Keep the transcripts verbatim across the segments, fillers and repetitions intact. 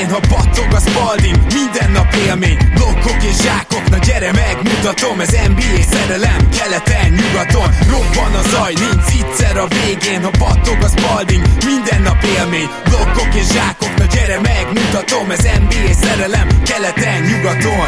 végén, ha battog a Spalding, minden nap élmény, blokkok és zsákok, na gyere megmutatom, ez en bé á szerelem, keleten, nyugaton, robban a zaj, nincs egyszer a végén, ha battog a Spalding, minden nap élmény, blokkok és zsákok, na gyere megmutatom, ez en bé á szerelem, keleten, nyugaton.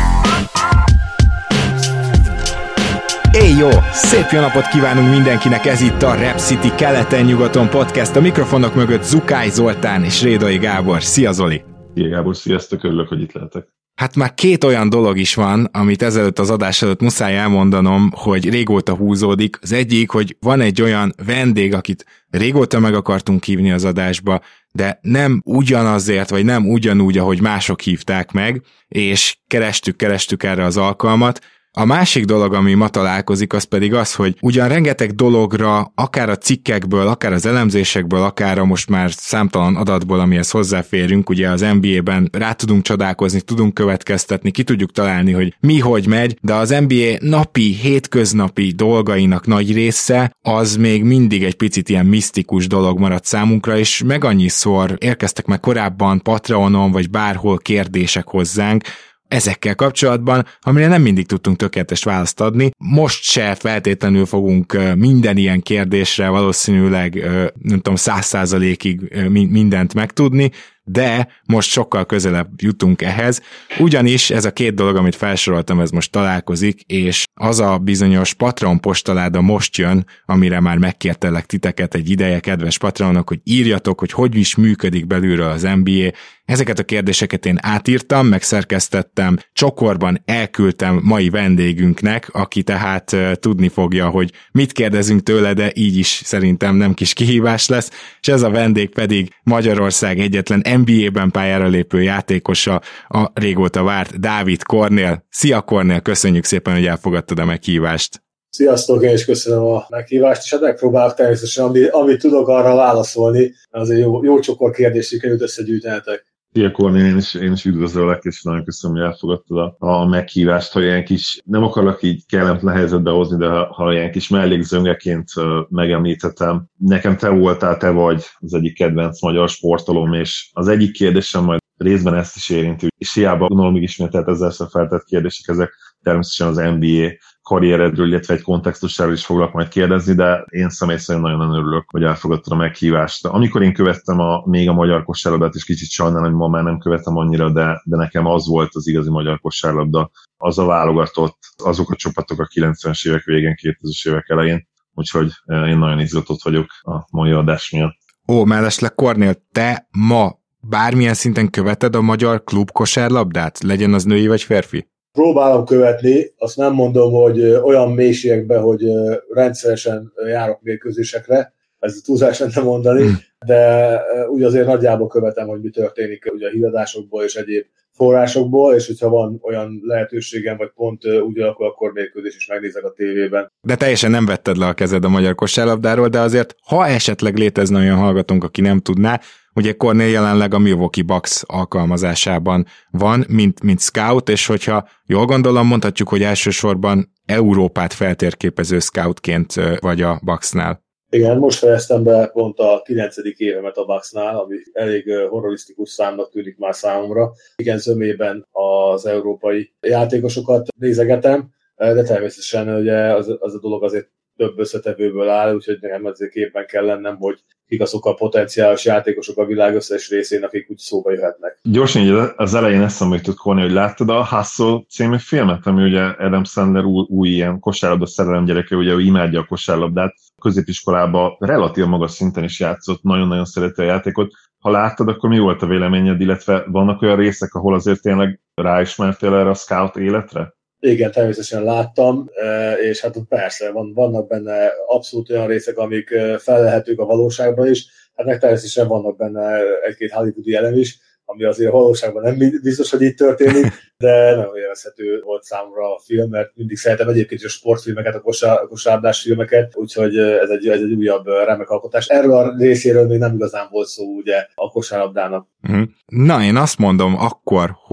Éj jó! Szép jó napot kívánunk mindenkinek, ez itt a Rap City keleten-nyugaton podcast, a mikrofonok mögött Zukály Zoltán és Rédai Gábor. Szia Zoli! Szia Gábor, sziasztok, örülök, hogy itt lehetek. Hát már két olyan dolog is van, amit ezelőtt az adás előtt muszáj elmondanom, hogy régóta húzódik. Az egyik, hogy van egy olyan vendég, akit régóta meg akartunk hívni az adásba, de nem ugyanazért, vagy nem ugyanúgy, ahogy mások hívták meg, és kerestük, kerestük erre az alkalmat. A másik dolog, ami ma találkozik, az pedig az, hogy ugyan rengeteg dologra, akár a cikkekből, akár az elemzésekből, akár a most már számtalan adatból, amihez hozzáférünk, ugye az en bé á-ben rá tudunk csodálkozni, tudunk következtetni, ki tudjuk találni, hogy mi hogy megy, de az en bé á napi, hétköznapi dolgainak nagy része, az még mindig egy picit ilyen misztikus dolog maradt számunkra, és meg annyiszor érkeztek meg korábban Patreonon, vagy bárhol kérdések hozzánk, ezekkel kapcsolatban, amire nem mindig tudtunk tökéletes választ adni. Most se feltétlenül fogunk minden ilyen kérdésre valószínűleg, nem tudom, száz százalékig mindent megtudni, de most sokkal közelebb jutunk ehhez, ugyanis ez a két dolog, amit felsoroltam, ez most találkozik, és az a bizonyos Patreon postaláda most jön, amire már megkértelek titeket egy ideje, kedves Patreonok, hogy írjatok, hogy hogy is működik belülről az en bé á. Ezeket a kérdéseket én átírtam, megszerkesztettem, csokorban elküldtem mai vendégünknek, aki tehát uh, tudni fogja, hogy mit kérdezünk tőle, de így is szerintem nem kis kihívás lesz, és ez a vendég pedig Magyarország egyetlen en bé á-ben pályára lépő játékosa, a régóta várt Dávid Kornél. Szia Kornél, köszönjük szépen, hogy elfogadtad a meghívást. Sziasztok, én is köszönöm a meghívást, és hát megpróbálok természetesen, amit, amit tudok arra válaszolni, azért jó, jó csokor kérdést sikerült összegyűjtenetek. Szia Kornél, én is, én is üdvözöllek, és nagyon köszönöm, hogy elfogadtad a, a meghívást, hogy ilyen kis, nem akarok így kellemetlen helyzetbe hozni, de ha, ha ilyen kis mellékzöngeként uh, megemlíthetem, nekem te voltál, te vagy az egyik kedvenc magyar sportolóm, és az egyik kérdésem majd részben ezt is érinti, és hiába gondolom, még ismételt ezzel feltett kérdések, ezek természetesen az en bé á karrieredről, illetve egy kontextusáról is foglak majd kérdezni, de én személy szerint nagyon-nagyon örülök, hogy elfogadtad a meghívást. Amikor én követtem a, még a magyar kosárlabdát, és kicsit sajnálom, hogy ma már nem követem annyira, de, de nekem az volt az igazi magyar kosárlabda, az a válogatott, azok a csapatok a kilencvenes évek végén, kétezres évek elején, úgyhogy én nagyon izgatott vagyok a mai adás miatt. Ó, mellesleg Kornél, te ma bármilyen szinten követed a magyar klub kosárlabdát, legyen az női vagy férfi? Próbálom követni, azt nem mondom, hogy olyan mélységekben, hogy rendszeresen járok mérkőzésekre, ez túlzás lenne mondani, de úgy azért nagyjából követem, hogy mi történik ugye a híradásokból és egyéb forrásokból, és hogyha van olyan lehetőségem, vagy pont úgy alakul, akkor mérkőzés is megnézek a tévében. De teljesen nem vetted le a kezed a magyar kosárlabdáról, de azért, ha esetleg létezne olyan hallgatónk, aki nem tudná, ugye Kornél jelenleg a Milwaukee Bucks alkalmazásában van, mint, mint scout, és hogyha jól gondolom, mondhatjuk, hogy elsősorban Európát feltérképező scoutként vagy a Bucksnál. Igen, most fejeztem be pont a kilencedik évemet a Bucksnál, ami elég horrorisztikus számnak tűnik már számomra. Igen, zömében az európai játékosokat nézegetem, de természetesen ugye az, az a dolog azért több összetevőből áll, úgyhogy nekem azért képben kell lennem, hogy kik azok a potenciális játékosok a világ összes részén, akik úgy szóba jöhetnek. Gyorsan, az elején eszembe jutott Korni, hogy láttad a Hustle című filmet, ami ugye Adam Sandler új, új ilyen kosárlabda szerelem gyereke, ugye ő imádja a kosárlabdát, középiskolában relatív magas szinten is játszott, nagyon-nagyon szereti a játékot. Ha láttad, akkor mi volt a véleményed, illetve vannak olyan részek, ahol azért tényleg ráismertél erre a scout életre? Igen, természetesen láttam, és hát persze, van, vannak benne abszolút olyan részek, amik felelhetők a valóságban is, hát meg természetesen vannak benne egy-két hollywoodi elem is, ami azért a valóságban nem biztos, hogy így történik, de nagyon élvezhető volt számomra a film, mert mindig szeretem egyébként is a sportfilmeket, a kosár, kosárlabdás filmeket, úgyhogy ez egy, ez egy újabb remek alkotás. Erről a részéről még nem igazán volt szó ugye a kosárlabdának. Na, én azt mondom akkor, hogy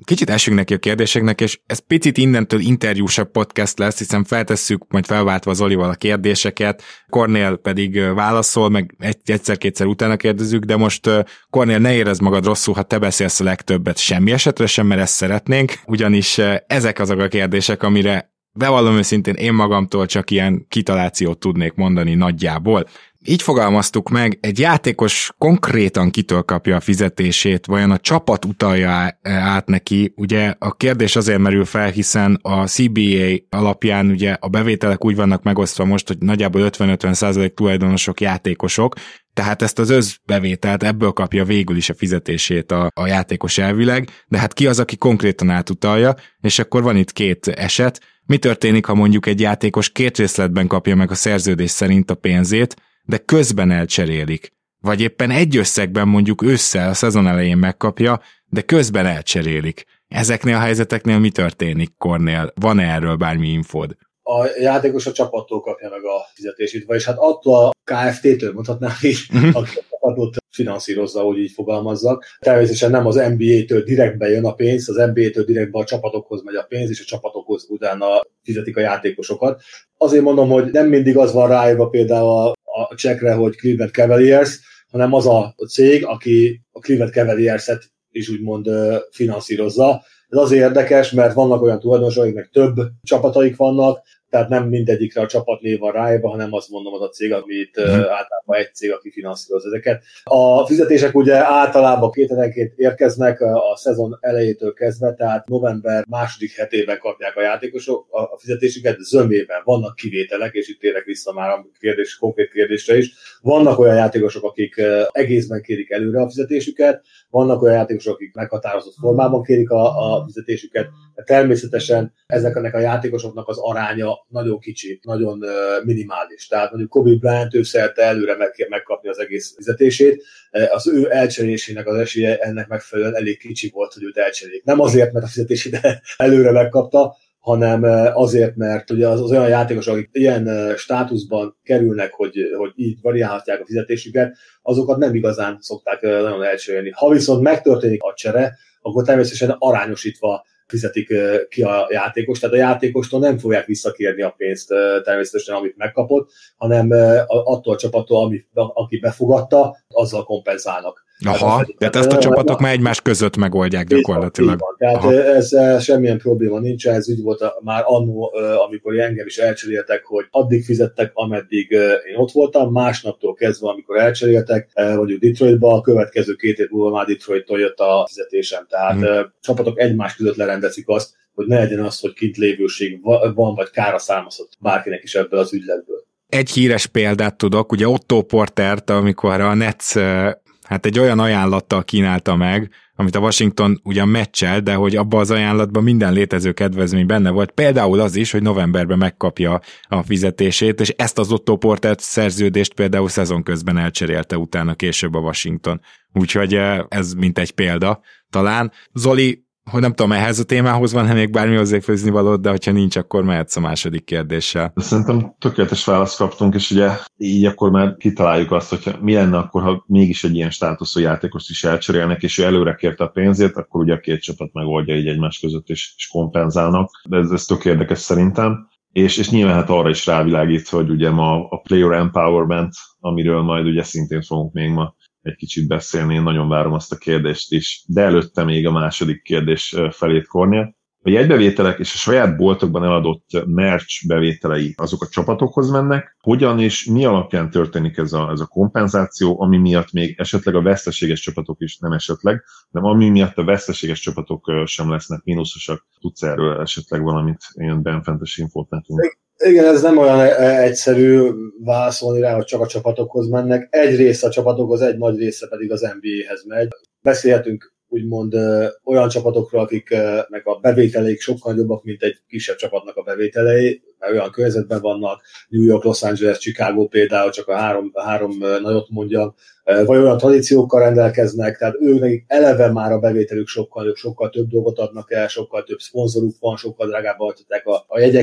kicsit esünk neki a kérdéseknek, és ez picit innentől interjúsabb podcast lesz, hiszen feltesszük, majd felváltva Zolival a kérdéseket, Kornél pedig válaszol, meg egyszer-kétszer utána kérdezzük, de most Kornél, ne érezd magad rosszul, ha te beszélsz a legtöbbet, semmi esetre sem, mert ezt szeretnénk, ugyanis ezek azok a kérdések, amire bevallom őszintén én magamtól csak ilyen kitalációt tudnék mondani nagyjából. Így fogalmaztuk meg, egy játékos konkrétan kitől kapja a fizetését, vajon a csapat utalja át neki? Ugye a kérdés azért merül fel, hiszen a cé bé á alapján ugye a bevételek úgy vannak megosztva most, hogy nagyjából ötven-ötven százalék tulajdonosok játékosok, tehát ezt az összbevételt ebből kapja végül is a fizetését a, a játékos elvileg, de hát ki az, aki konkrétan átutalja, és akkor van itt két eset. Mi történik, ha mondjuk egy játékos két részletben kapja meg a szerződés szerint a pénzét, de közben elcserélik? Vagy éppen egy összegben mondjuk ősszel a szezon elején megkapja, de közben elcserélik. Ezeknél a helyzeteknél mi történik, Kornél? Van-e erről bármi infód? A játékos a csapattól kapja meg a fizetését, vagyis hát attól a ká ef té-től mondhatnám így, uh-huh. aki a csapatot finanszírozza, hogy így fogalmazzak. Természetesen nem az en bé á-től direktbe jön a pénz, az en bé á-től direktbe a csapatokhoz megy a pénz, és a csapatokhoz utána fizetik a játékosokat. Azért mondom, hogy nem mindig az van ráírva például a a csekre, hogy Cleveland Cavaliers, hanem az a cég, aki a Cleveland Cavaliers-et is úgymond finanszírozza. Ez azért érdekes, mert vannak olyan tulajdonosok, akiknek több csapataik vannak, tehát nem mindegyikre a csapatnév van ráírva, hanem azt mondom, az a cég, amit mm. általában egy cég, aki finanszíroz ezeket. A fizetések ugye általában kéthetenként érkeznek a szezon elejétől kezdve, tehát november második hetében kapják a játékosok a fizetésüket, zömében vannak kivételek, és itt térek vissza már a kérdés, konkrét kérdésre is. Vannak olyan játékosok, akik egészben kérik előre a fizetésüket, vannak olyan játékosok, akik meghatározott formában kérik a, a fizetésüket, de természetesen ezeknek a játékosoknak az aránya nagyon kicsi, nagyon uh, minimális. Tehát mondjuk Kobe Bryant ő szerte előre meg, megkapni az egész fizetését, az ő elcserélésének az esélye ennek megfelelően elég kicsi volt, hogy őt elcserélik. Nem azért, mert a fizetését előre megkapta, hanem azért, mert ugye az, az olyan játékosok, akik ilyen státuszban kerülnek, hogy, hogy így variálhatják a fizetésüket, azokat nem igazán szokták nagyon elcserélni. Ha viszont megtörténik a csere, akkor természetesen arányosítva fizetik ki a játékos, tehát a játékostól nem fogják visszakérni a pénzt természetesen, amit megkapott, hanem attól a csapattól, ami, aki befogadta, azzal kompenzálnak. Aha, tehát ezt a csapatok már egymás között megoldják gyakorlatilag. Van, tehát ez, ez semmilyen probléma nincs, ez úgy volt már annó, amikor engem is elcseréltek, hogy addig fizettek, ameddig én ott voltam, másnaptól kezdve, amikor elcseréltek, mondjuk Detroitba, a következő két év múlva már Detroittól jött a fizetésem. Tehát hmm. csapatok egymás között lerendezik azt, hogy ne legyen az, hogy kint lévőség van, vagy kára származott bárkinek is ebből az ügyletből. Egy híres példát tudok, ugye Otto Portert, amikor a Nets hát egy olyan ajánlattal kínálta meg, amit a Washington ugyan meccsel, de hogy abban az ajánlatban minden létező kedvezmény benne volt. Például az is, hogy novemberben megkapja a fizetését, és ezt az Otto Porter szerződést például szezon közben elcserélte utána később a Washington. Úgyhogy ez mint egy példa talán. Zoli, hogy nem tudom, ehhez a témához van-e még bármi hozzáfőzni valód, de hogyha nincs, akkor mehetsz a második kérdéssel. De szerintem tökéletes választ kaptunk, és ugye így akkor már kitaláljuk azt, hogy mi lenne akkor, ha mégis egy ilyen státuszú játékost is elcserélnek, és ő előre kérte a pénzét, akkor ugye a két csapat megoldja így egymás között, és, és kompenzálnak. De ez, ez tök érdekes szerintem. És, és nyilván hát arra is rávilágít, hogy ugye ma a player empowerment, amiről majd ugye szintén fogunk még ma egy kicsit beszélni, én nagyon várom azt a kérdést is, de előtte még a második kérdés felét, Kornél. A jegybevételek és a saját boltokban eladott merch bevételei azok a csapatokhoz mennek, hogyan és mi alapján történik ez a, ez a kompenzáció, ami miatt még esetleg a veszteséges csapatok is, nem esetleg, de ami miatt a veszteséges csapatok sem lesznek mínuszosak. Tudsz erről esetleg valamit, ilyen benfentes infót nekünk? Igen, ez nem olyan egyszerű válaszolni rá, hogy csak a csapatokhoz mennek. Egy része a csapatokhoz, egy nagy része pedig az en bé á-hez megy. Beszélhetünk úgymond ö, olyan csapatokról, akiknek a bevételeik sokkal jobbak, mint egy kisebb csapatnak a bevételei, mert olyan környezetben vannak, New York, Los Angeles, Chicago például, csak a három, a három nagyot mondjam, vagy olyan tradíciókkal rendelkeznek, tehát ők eleve már a bevételük sokkal, sokkal több dolgot adnak el, sokkal több szponzoruk van, sokkal drágább adják a, a jegyeket,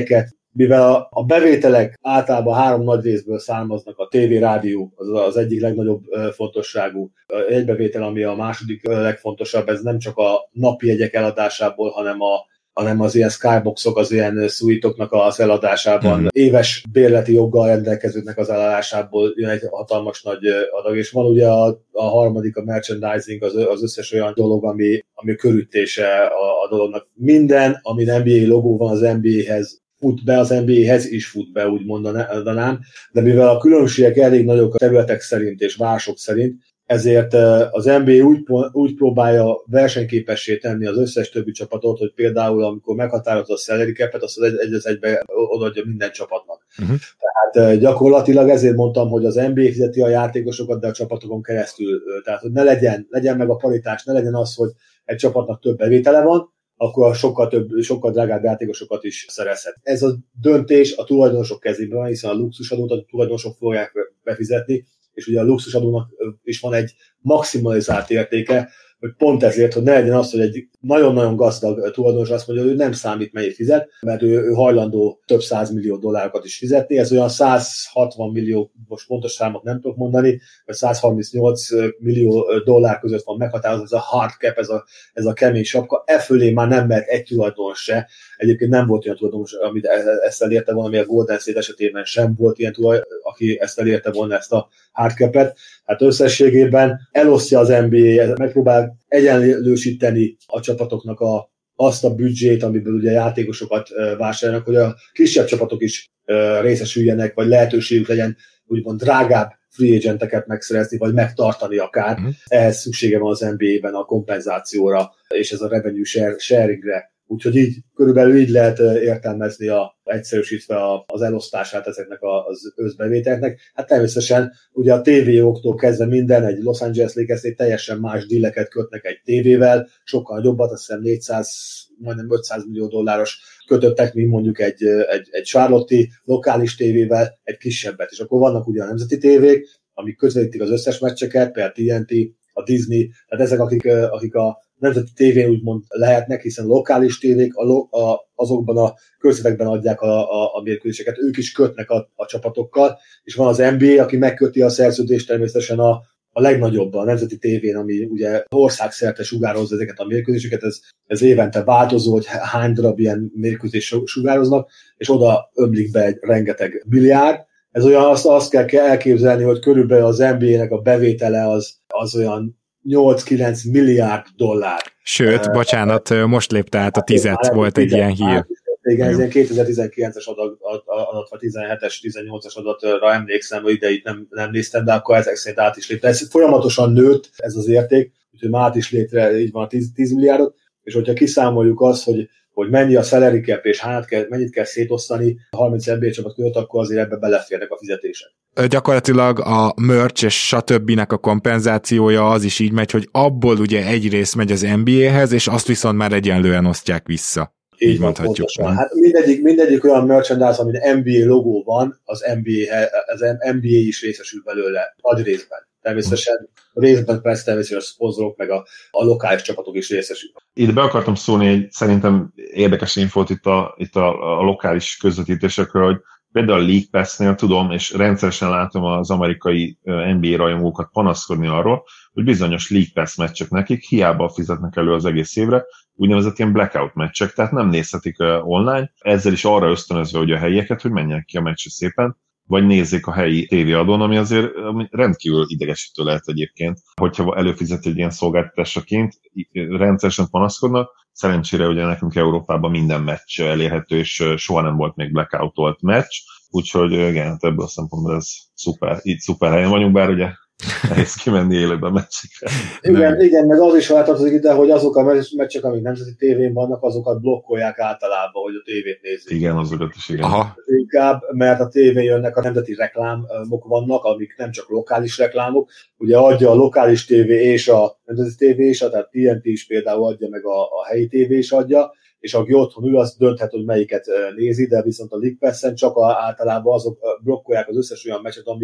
mivel a, a bevételek általában három nagy részből származnak, a tévé, rádió az az egyik legnagyobb fontosságú egybevétel, ami a második legfontosabb, ez nem csak a napi jegyek eladásából, hanem a hanem az ilyen skyboxok, az ilyen suite-oknak az eladásában, mm. éves bérleti joggal rendelkezőknek az eladásából jön egy hatalmas nagy adag, és van ugye a, a harmadik, a merchandising, az, az összes olyan dolog, ami, ami körültése a, a dolognak. Minden, ami en bé á logó van az en bé á-hez, fut be, az en bé á-hez is fut be, úgy mondanám, de mivel a különbségek elég nagyok a területek szerint és városok szerint, ezért az en bé á úgy, úgy próbálja versenyképessé tenni az összes többi csapatot, hogy például amikor meghatározza a salary cap-et, azt az egy az egybe odaadja minden csapatnak. Uh-huh. Tehát gyakorlatilag ezért mondtam, hogy az en bé á fizeti a játékosokat, de a csapatokon keresztül. Tehát, hogy ne legyen, legyen meg a paritás, ne legyen az, hogy egy csapatnak több bevétele van, akkor sokkal több, sokkal drágább játékosokat is szerezhet. Ez a döntés a tulajdonosok kezében van, hiszen a luxusadót a tulajdonosok fogják befizetni, és ugye a luxusadónak is van egy maximalizált értéke, hogy pont ezért, hogy ne legyen az, hogy egy nagyon-nagyon gazdag tulajdonos azt mondja, hogy ő nem számít, mennyit fizet, mert ő, ő hajlandó több százmillió dollárokat is fizetni. Ez olyan száz hatvan millió, most pontos számot nem tudok mondani, vagy száz harmincnyolc millió dollár között van meghatározva, ez a hard cap, ez a, ez a kemény sapka. E fölé már nem mert egy tulajdonos se. Egyébként nem volt olyan tulajdonos, amit ezt elérte volna, ami a Golden State esetében sem volt ilyen tulaj, aki ezt elérte volna, ezt a hard cap-et. Hát összességében elosztja az en bé á, megpróbál egyenlősíteni a csapatoknak a, azt a büdzsét, amiből ugye játékosokat vásárolnak, hogy a kisebb csapatok is részesüljenek, vagy lehetőségük legyen úgymond drágább free agenteket megszerezni, vagy megtartani akár. Uh-huh. Ehhez szüksége van az en bé á-ben a kompenzációra, és ez a revenue sharingre. Úgyhogy így, körülbelül így lehet értelmezni a, egyszerűsítve a, az elosztását ezeknek az összbevételeknek. Hát természetesen ugye a tévéjogoktól kezdve minden, egy Los Angeles Lakers-nél teljesen más díleket kötnek egy tévével, sokkal nagyobbat, azt hiszem négyszáz, majdnem ötszáz millió dolláros kötöttek, mint mondjuk egy, egy, egy Charlotte-i lokális tévével, egy kisebbet. És akkor vannak ugye a nemzeti tévék, amik közvetítik az összes meccseket, például té en té, a Disney, tehát ezek, akik, akik a nemzeti tévén úgymond lehetnek, hiszen lokális tévék a lo, a, azokban a körzetekben adják a, a, a mérkőzéseket, ők is kötnek a, a csapatokkal, és van az en bé á, aki megköti a szerződést természetesen a, a legnagyobb, a nemzeti tévén, ami ugye országszerte sugározza ezeket a mérkőzéseket, ez, ez évente változó, hogy hány darab ilyen mérkőzést sugároznak, és oda ömlik be egy rengeteg milliárd. Ez olyan, azt, azt kell elképzelni, hogy körülbelül az en bé á-nek a bevétele az, az olyan nyolc-kilenc milliárd dollár. Sőt, uh, bocsánat, most lépte át a tizet, volt egy ilyen hír. Igen, ez ilyen kétezer-tizenkilences adat, adat, vagy tizenhetes, tizennyolcas adatra emlékszem, hogy ide itt nem, nem néztem, de akkor ezek szerint át is lépte. Ez folyamatosan nőtt, ez az érték, úgyhogy már át is létre, így van a tíz milliárdot, és hogyha kiszámoljuk azt, hogy hogy mennyi a salary cap, és hát kell, mennyit kell szétosztani a harminc en bé á csapat között, akkor azért ebbe beleférnek a fizetések. Gyakorlatilag a merch és stb. A kompenzációja az is így megy, hogy abból ugye egy rész megy az en bé á-hez, és azt viszont már egyenlően osztják vissza. Így, így mondhatjuk. Hát mindegyik, mindegyik olyan merchandise, amin en bé á logó van, az en bé á, az en bé á is részesül belőle, nagy részben. Természetesen részben persze természetesen a szponzorok meg a, a lokális csapatok is részesül. Itt be akartam szólni egy szerintem érdekes infót itt a, itt a, a lokális közvetítésekről, hogy például a League Pass-nél tudom, és rendszeresen látom az amerikai en bé á rajongókat panaszkodni arról, hogy bizonyos League Pass meccsek nekik hiába fizetnek elő az egész évre, úgynevezett ilyen blackout meccsek, tehát nem nézhetik online, ezzel is arra ösztönözve, hogy a helyieket, hogy menjenek ki a meccsre szépen, vagy nézzék a helyi tévéadón, ami azért rendkívül idegesítő lehet egyébként, hogyha előfizet egy ilyen szolgáltatásaként, rendszeresen panaszkodnak. Szerencsére ugye nekünk Európában minden meccs elérhető, és soha nem volt még blackoutolt meccs, úgyhogy igen, ebből a szempontból ez szuper, így szuper helyen vagyunk, bár ugye nehéz kimenni élőben meccsikre. Igen, igen, meg az is változik ide, hogy azok a meccsek, amik nemzeti tévén vannak, azokat blokkolják általában, hogy a tévét nézzék. Igen, azokat is, igen. Aha. Inkább, mert a tévén jönnek a nemzeti reklámok vannak, amik nem csak lokális reklámok. Ugye adja a lokális tévé és a nemzeti tévé is, tehát té en té is például adja, meg a, a helyi tévé is adja, és aki otthon ül, az dönthet, hogy melyiket nézi, de viszont a League Pass-en csak a, általában azok blokkolják az összes olyan meccset, ami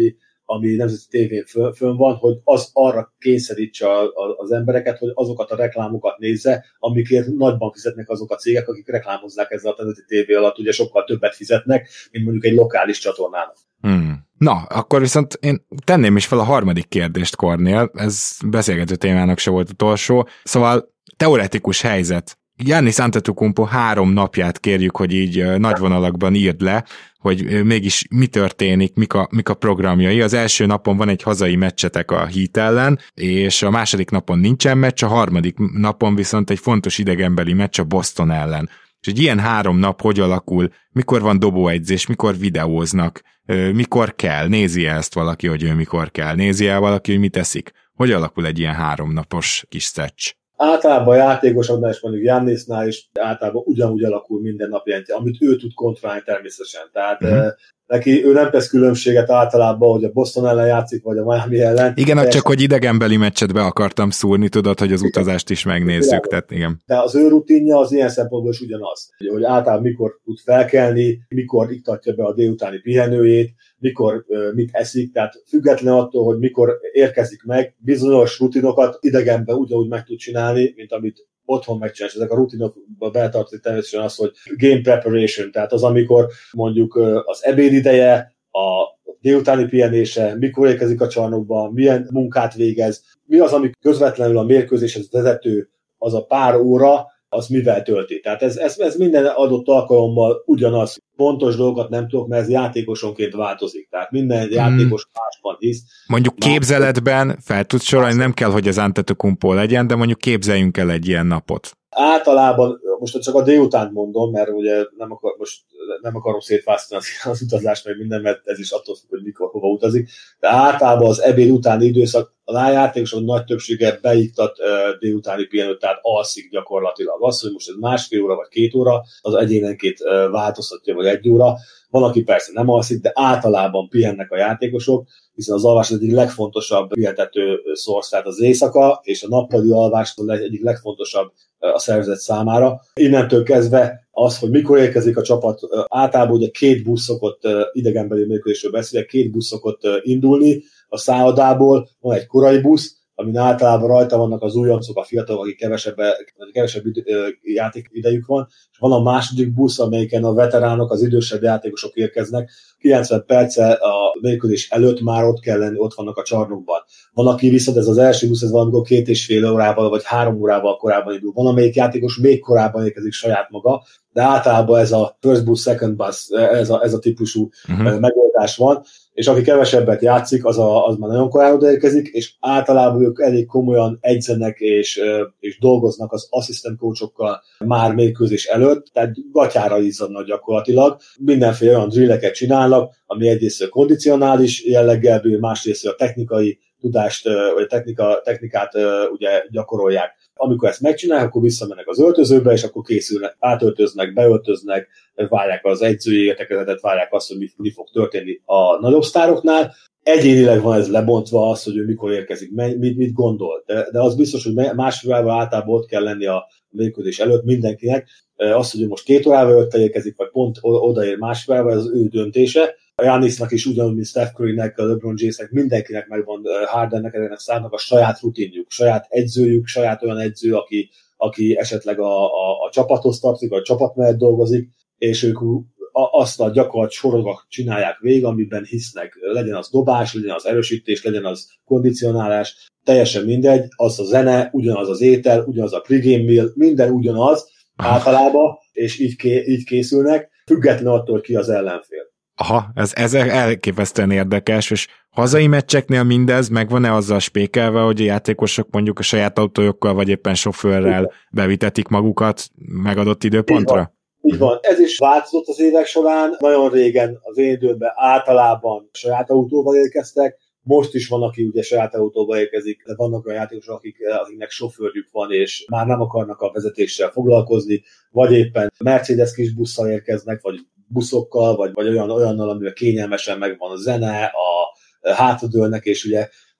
ami nemzeti tévén fönn, fönn van, hogy az arra kényszerítse a, a, az embereket, hogy azokat a reklámokat nézze, amikért nagyban fizetnek azok a cégek, akik reklámozzák ezzel a nemzeti tévé alatt, ugye sokkal többet fizetnek, mint mondjuk egy lokális csatornának. Hmm. Na, akkor viszont én tenném is fel a harmadik kérdést, Kornél, ez beszélgető témának se volt utolsó, szóval teoretikus helyzet. Giannis Antetokounmpo három napját kérjük, hogy így nagy vonalakban írd le, hogy mégis mi történik, mik a, mik a programjai. Az első napon van egy hazai meccsetek a Heat ellen, és a második napon nincsen meccs, a harmadik napon viszont egy fontos idegenbeli meccs a Boston ellen. És egy ilyen három nap hogy alakul, mikor van dobóegyzés, mikor videóznak, mikor kell, nézi ezt valaki, hogy ő mikor kell, nézi el valaki, hogy mit teszik. Hogy alakul egy ilyen háromnapos kis szeccs? Általában a játékosoknál és mondjuk Giannisnál is általában ugyanúgy alakul minden nap jelentje, amit ő tud kontrollálni természetesen. Tehát mm. eh, neki ő nem tesz különbséget általában, hogy a Boston ellen játszik, vagy a Miami ellen. Igen, csak csak hogy idegenbeli meccset be akartam szúrni, tudod, hogy az utazást is megnézzük. Tehát, igen. De az ő rutinja az ilyen szempontból is ugyanaz, hogy általában mikor tud felkelni, mikor iktatja be a délutáni pihenőjét, mikor uh, mit eszik, tehát független attól, hogy mikor érkezik meg, bizonyos rutinokat idegenben ugyanúgy meg tud csinálni, mint amit otthon megcsinálni. Ezek a rutinokba beletartozik természetesen az, hogy game preparation, tehát az, amikor mondjuk uh, az ebédideje, a délutáni pihenése, mikor érkezik a csarnokba, milyen munkát végez, mi az, ami közvetlenül a mérkőzéshez vezető, az a pár óra, az mivel tölti. Tehát ez, ez, ez minden adott alkalommal ugyanaz. Pontos dolgokat nem tudok, mert ez játékosonként változik. Tehát minden játékos hmm. másban hisz. Mondjuk képzeletben fel tudsz sorolni, nem kell, hogy az Antetokounmpo legyen, de mondjuk képzeljünk el egy ilyen napot. Általában, most csak a délutánt mondom, mert ugye nem, akar, most nem akarom szétválasztani az, az utazást, meg minden, mert ez is attól függ, hogy mikor, hova utazik. De általában az ebéd utáni időszak, a játékosok nagy többsége beiktat uh, délutáni pihenőt, tehát alszik gyakorlatilag. Az, hogy most ez másfél óra vagy két óra, az egyénenként uh, változtatja, vagy egy óra. Van, aki persze nem alszik, de általában pihennek a játékosok, hiszen az alvás az egyik legfontosabb pihentető szorsz, tehát az éjszaka, és a nappali alvás az egyik legfontosabb a szervezet számára. Innentől kezdve az, hogy mikor érkezik a csapat, általában ugye két busz szokott, idegenbeli mérkőzésről beszélek, két busz szokott indulni a szállodából, van egy korai busz, amin általában rajta vannak az újoncok, a fiatalok, akik kevesebb, kevesebb játékidejük van, és van a második busz, amelyiken a veteránok, az idősebb játékosok érkeznek, kilencven perccel a mérkőzés előtt már ott kell lenni, ott vannak a csarnokban. Van, aki viszont ez az első busz, ez valamikor két és fél órával, vagy három órával korábban indul. Van, amelyik játékos még korábban érkezik saját maga, de általában ez a first bus, second bus, ez a, ez a típusú uh-huh. megoldás van, és aki kevesebbet játszik, az, a, az már nagyon korán odaérkezik, és általában ők elég komolyan edzenek és, és dolgoznak az assistant coachokkal már mérkőzés előtt, tehát gatyára izzadnak gyakorlatilag. Mindenféle olyan drilleket csinálnak, ami egyrészt kondicionális jelleggel bír, másrészt a technikai tudást, vagy technika, technikát ugye gyakorolják. Amikor ezt megcsinálják, akkor visszamennek az öltözőbe, és akkor készülnek, átöltöznek, beöltöznek, várják az edzői értekezetet, várják azt, hogy mi, mi fog történni a nagyobb sztároknál. Egyénileg van ez lebontva az, hogy ő mikor érkezik, mit, mit gondol. De, de az biztos, hogy másfél órával általában ott kell lenni a mérkőzés előtt mindenkinek. Az, hogy ő most két órával előtt érkezik, vagy pont odaér másfél órával, ez az ő döntése. A Giannisnak is ugyanúgy, mint Steph Currynek, a LeBron Jamesnek, mindenkinek megvan, Hardennek, ennek szárnak a saját rutinjuk, saját edzőjük, saját olyan edző, aki, aki esetleg a, a, a csapathoz tartozik, vagy a csapat mellett dolgozik, és ők azt a gyakorlat sorokat csinálják végig, amiben hisznek. Legyen az dobás, legyen az erősítés, legyen az kondicionálás, teljesen mindegy, az a zene, ugyanaz az étel, ugyanaz a pregame meal, minden ugyanaz általában, és így, ké, így készülnek, független attól, hogy ki az ellenfél. Aha, ez, ez elképesztően érdekes, és hazai meccseknél mindez megvan-e azzal spékelve, hogy a játékosok mondjuk a saját autójukkal, vagy éppen sofőrrel bevitetik magukat megadott időpontra? Így van. Ez is változott az évek során. Nagyon régen az én időmben általában saját autóval érkeztek. Most is van, aki ugye saját autóba érkezik, de vannak olyan játékosok, akik, akiknek sofőrjük van, és már nem akarnak a vezetéssel foglalkozni, vagy éppen Mercedes kis busszal érkeznek, vagy buszokkal, vagy, vagy olyan, olyannal, amivel kényelmesen megvan a zene, a hátradőlnek, és ugye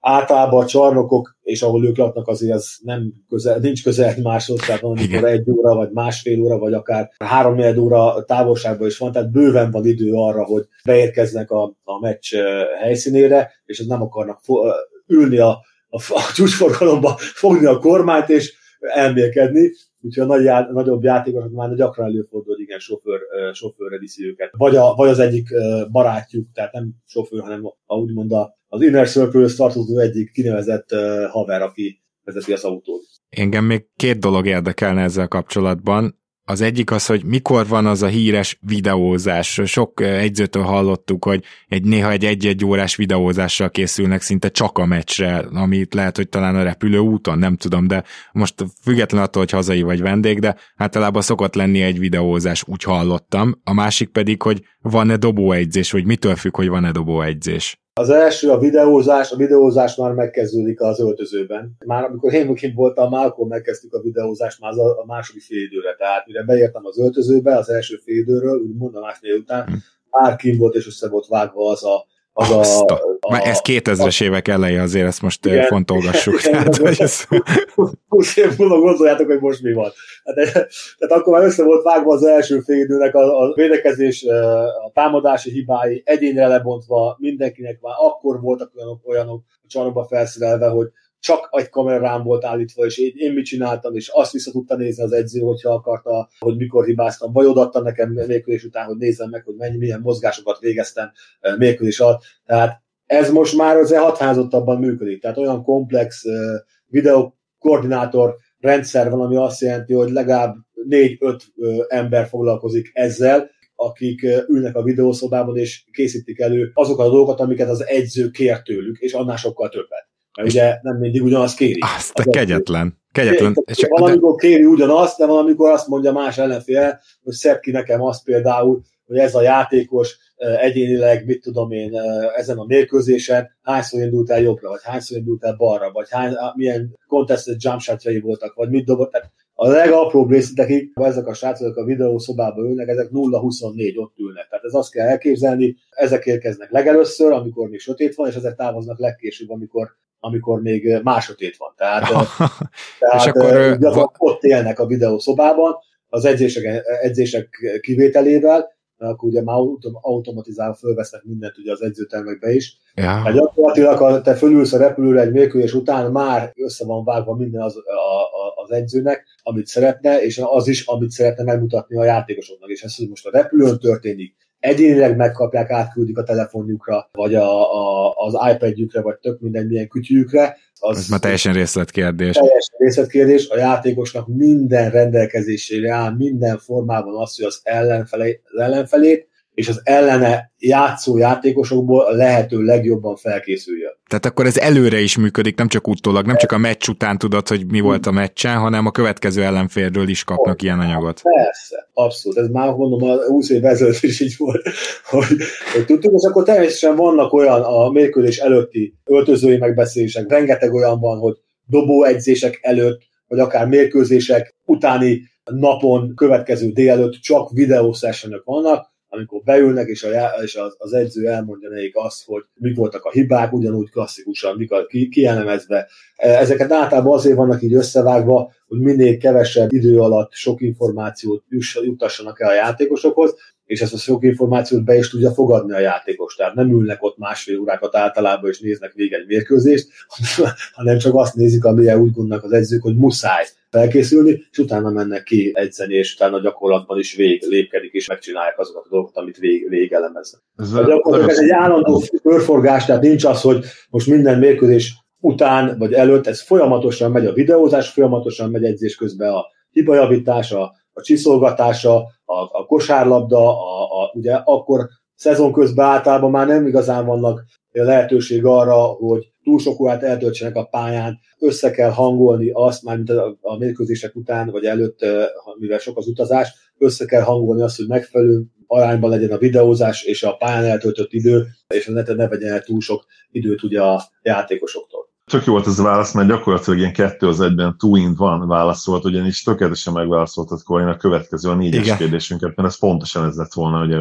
általában a csarnokok, és ahol ők laknak, azért ez nem közel, nincs közel egymáshoz, tehát van, amikor egy óra, vagy másfél óra, vagy akár három óra távolságban is van, tehát bőven van idő arra, hogy beérkeznek a, a meccs helyszínére, és nem akarnak fo- ülni a, a, a csúcsforgalomba, fogni a kormányt, és elmélkedni, úgyhogy a nagy já- nagyobb játékosok már gyakran előfordul, hogy igen, sofőr, sofőrre viszi őket. Vagy, a, vagy az egyik barátjuk, tehát nem sofőr, hanem a, úgymond a, az Inner Circle-höz tartozó egyik kinevezett haver, aki vezeti az autót. Engem még két dolog érdekelne ezzel kapcsolatban. Az egyik az, hogy mikor van az a híres videózás. Sok egyzőtől hallottuk, hogy egy, néha egy egy-egy órás videózással készülnek szinte csak a meccsre, amit lehet, hogy talán a repülőúton, nem tudom, de most független attól, hogy hazai vagy vendég, de általában szokott lenni egy videózás, úgy hallottam. A másik pedig, hogy van-e dobóegyzés, vagy mitől függ, hogy van-e dobóegyzés? Az első a videózás, a videózás már megkezdődik az öltözőben. Már amikor én kint voltam, már akkor megkezdtük a videózást már a második fél időre. Tehát mire beértem az öltözőbe, az első fél időről, úgy mondom másfél után, hmm. már kint volt és össze volt vágva az a... Az a, a, a ez kétezres évek eleje, azért ezt most igen, fontolgassuk. Tehát, hogy ez... húsz év múlva gondoljátok, hogy most mi van. Tehát, tehát akkor már össze volt vágva az első fél időnek a, a védekezés, a támadási hibái, egyénre lebontva, mindenkinek már akkor voltak olyanok, olyanok a csarnokba felszerelve, hogy csak egy kamerám volt állítva, és én, én mit csináltam, és azt vissza tudta nézni az edző, hogyha akarta, hogy mikor hibáztam, vagy odaadta nekem mérkőzés után, hogy nézzem meg, hogy mennyi, milyen mozgásokat végeztem mérkőzés alatt. Tehát ez most már azért határozottabban működik. Tehát olyan komplex uh, videokoordinátor rendszer van, ami azt jelenti, hogy legalább négy-öt uh, ember foglalkozik ezzel, akik uh, ülnek a videószobában, és készítik elő azokat a dolgokat, amiket az edző kér tőlük, és annál sokkal többet. Mert ugye nem mindig ugyanazt kéri. Azt a kegyetlen. kegyetlen. Csak valamikor kéri ugyanazt, de valamikor azt mondja más ellenfél, hogy szedd ki nekem azt például, hogy ez a játékos egyénileg, mit tudom én, ezen a mérkőzésen hányszor indult el jobbra, vagy hányszor indult el balra, vagy hány, milyen contested jump shotjai voltak, vagy mit dobott. Tehát a legapróbb részletekig, ha ezek a srácok a videószobában ülnek, ezek nulla huszonnégy ott ülnek. Tehát ez azt kell elképzelni, ezek érkeznek legelőször, amikor még sötét van, és ezek távoznak legkésőbb, amikor amikor még másodét van. Tehát, tehát és akkor va- ott élnek a videószobában, az edzések, edzések kivételével, akkor ugye már automatizálva fölvesznek mindent ugye az edzőtermekbe is. Ja. Tehát gyakorlatilag, ha te fölülsz a repülőre egy mérkőzés után, már össze van vágva minden az, a, a, az edzőnek, amit szeretne, és az is, amit szeretne megmutatni a játékosoknak. És ez, hogy most a repülőn történik, egyénileg megkapják, átküldik a telefonjukra, vagy a, a, az iPadjükre, vagy tök minden milyen kütyűjükre. Az Ez már teljesen részletkérdés. Teljesen részletkérdés. A játékosnak minden rendelkezésére áll, minden formában az, hogy az, ellenfelé, az ellenfelét és az ellene játszó játékosokból a lehető legjobban felkészüljön. Tehát akkor ez előre is működik, nem csak utólag, nem csak a meccs után tudod, hogy mi volt a meccsen, hanem a következő ellenfélről is kapnak oh, ilyen anyagot. Persze, abszolút. Ez már mondom, a húsz év ezelőtt is így volt, hogy, hogy tudtuk, és akkor természetesen vannak olyan a mérkőzés előtti öltözői megbeszélések, rengeteg olyan van, hogy dobóegyzések előtt, vagy akár mérkőzések utáni napon, következő délelőtt csak videósessionök vannak, amikor beülnek, és, a, és az, az edző elmondja nekik azt, hogy mik voltak a hibák, ugyanúgy klasszikusan, mik a ki, kielemezve. Ezeket általában azért vannak így összevágva, hogy minél kevesebb idő alatt sok információt juttassanak el a játékosokhoz, és ezt a sok információt be is tudja fogadni a játékos. Tehát nem ülnek ott másfél órákat általában, és néznek végig egy mérkőzést, hanem csak azt nézik, amilyen úgy gondolnak az edzők, hogy muszáj felkészülni, és utána mennek ki edzeni, és utána gyakorlatban is végig lépkedik, és megcsinálják azokat a dolgokat, amit vég, végig elemeznek. Ez, ez egy állandó körforgás, tehát nincs az, hogy most minden mérkőzés után vagy előtt, ez folyamatosan megy a videózás, folyamatosan megy edzés közben a hibajavítás, a, a csiszolgatása, a, a kosárlabda, a, a, ugye akkor szezon közben általában már nem igazán vannak lehetőség arra, hogy túl sok órát eltöltsenek a pályán, össze kell hangolni azt, mármint a, a mérkőzések után, vagy előtt, mivel sok az utazás, össze kell hangolni azt, hogy megfelelő arányban legyen a videózás és a pályán eltöltött idő, és a neten ne vegyen el túl sok időt ugye a játékosoktól. Tök jó volt ez a válasz, mert gyakorlatilag ilyen kettő az egyben two in one válasz volt, ugyanis tökéletesen megválaszoltad Colin a következő a négyes Igen. kérdésünket, mert ez pontosan ez lett volna, ugye, hogy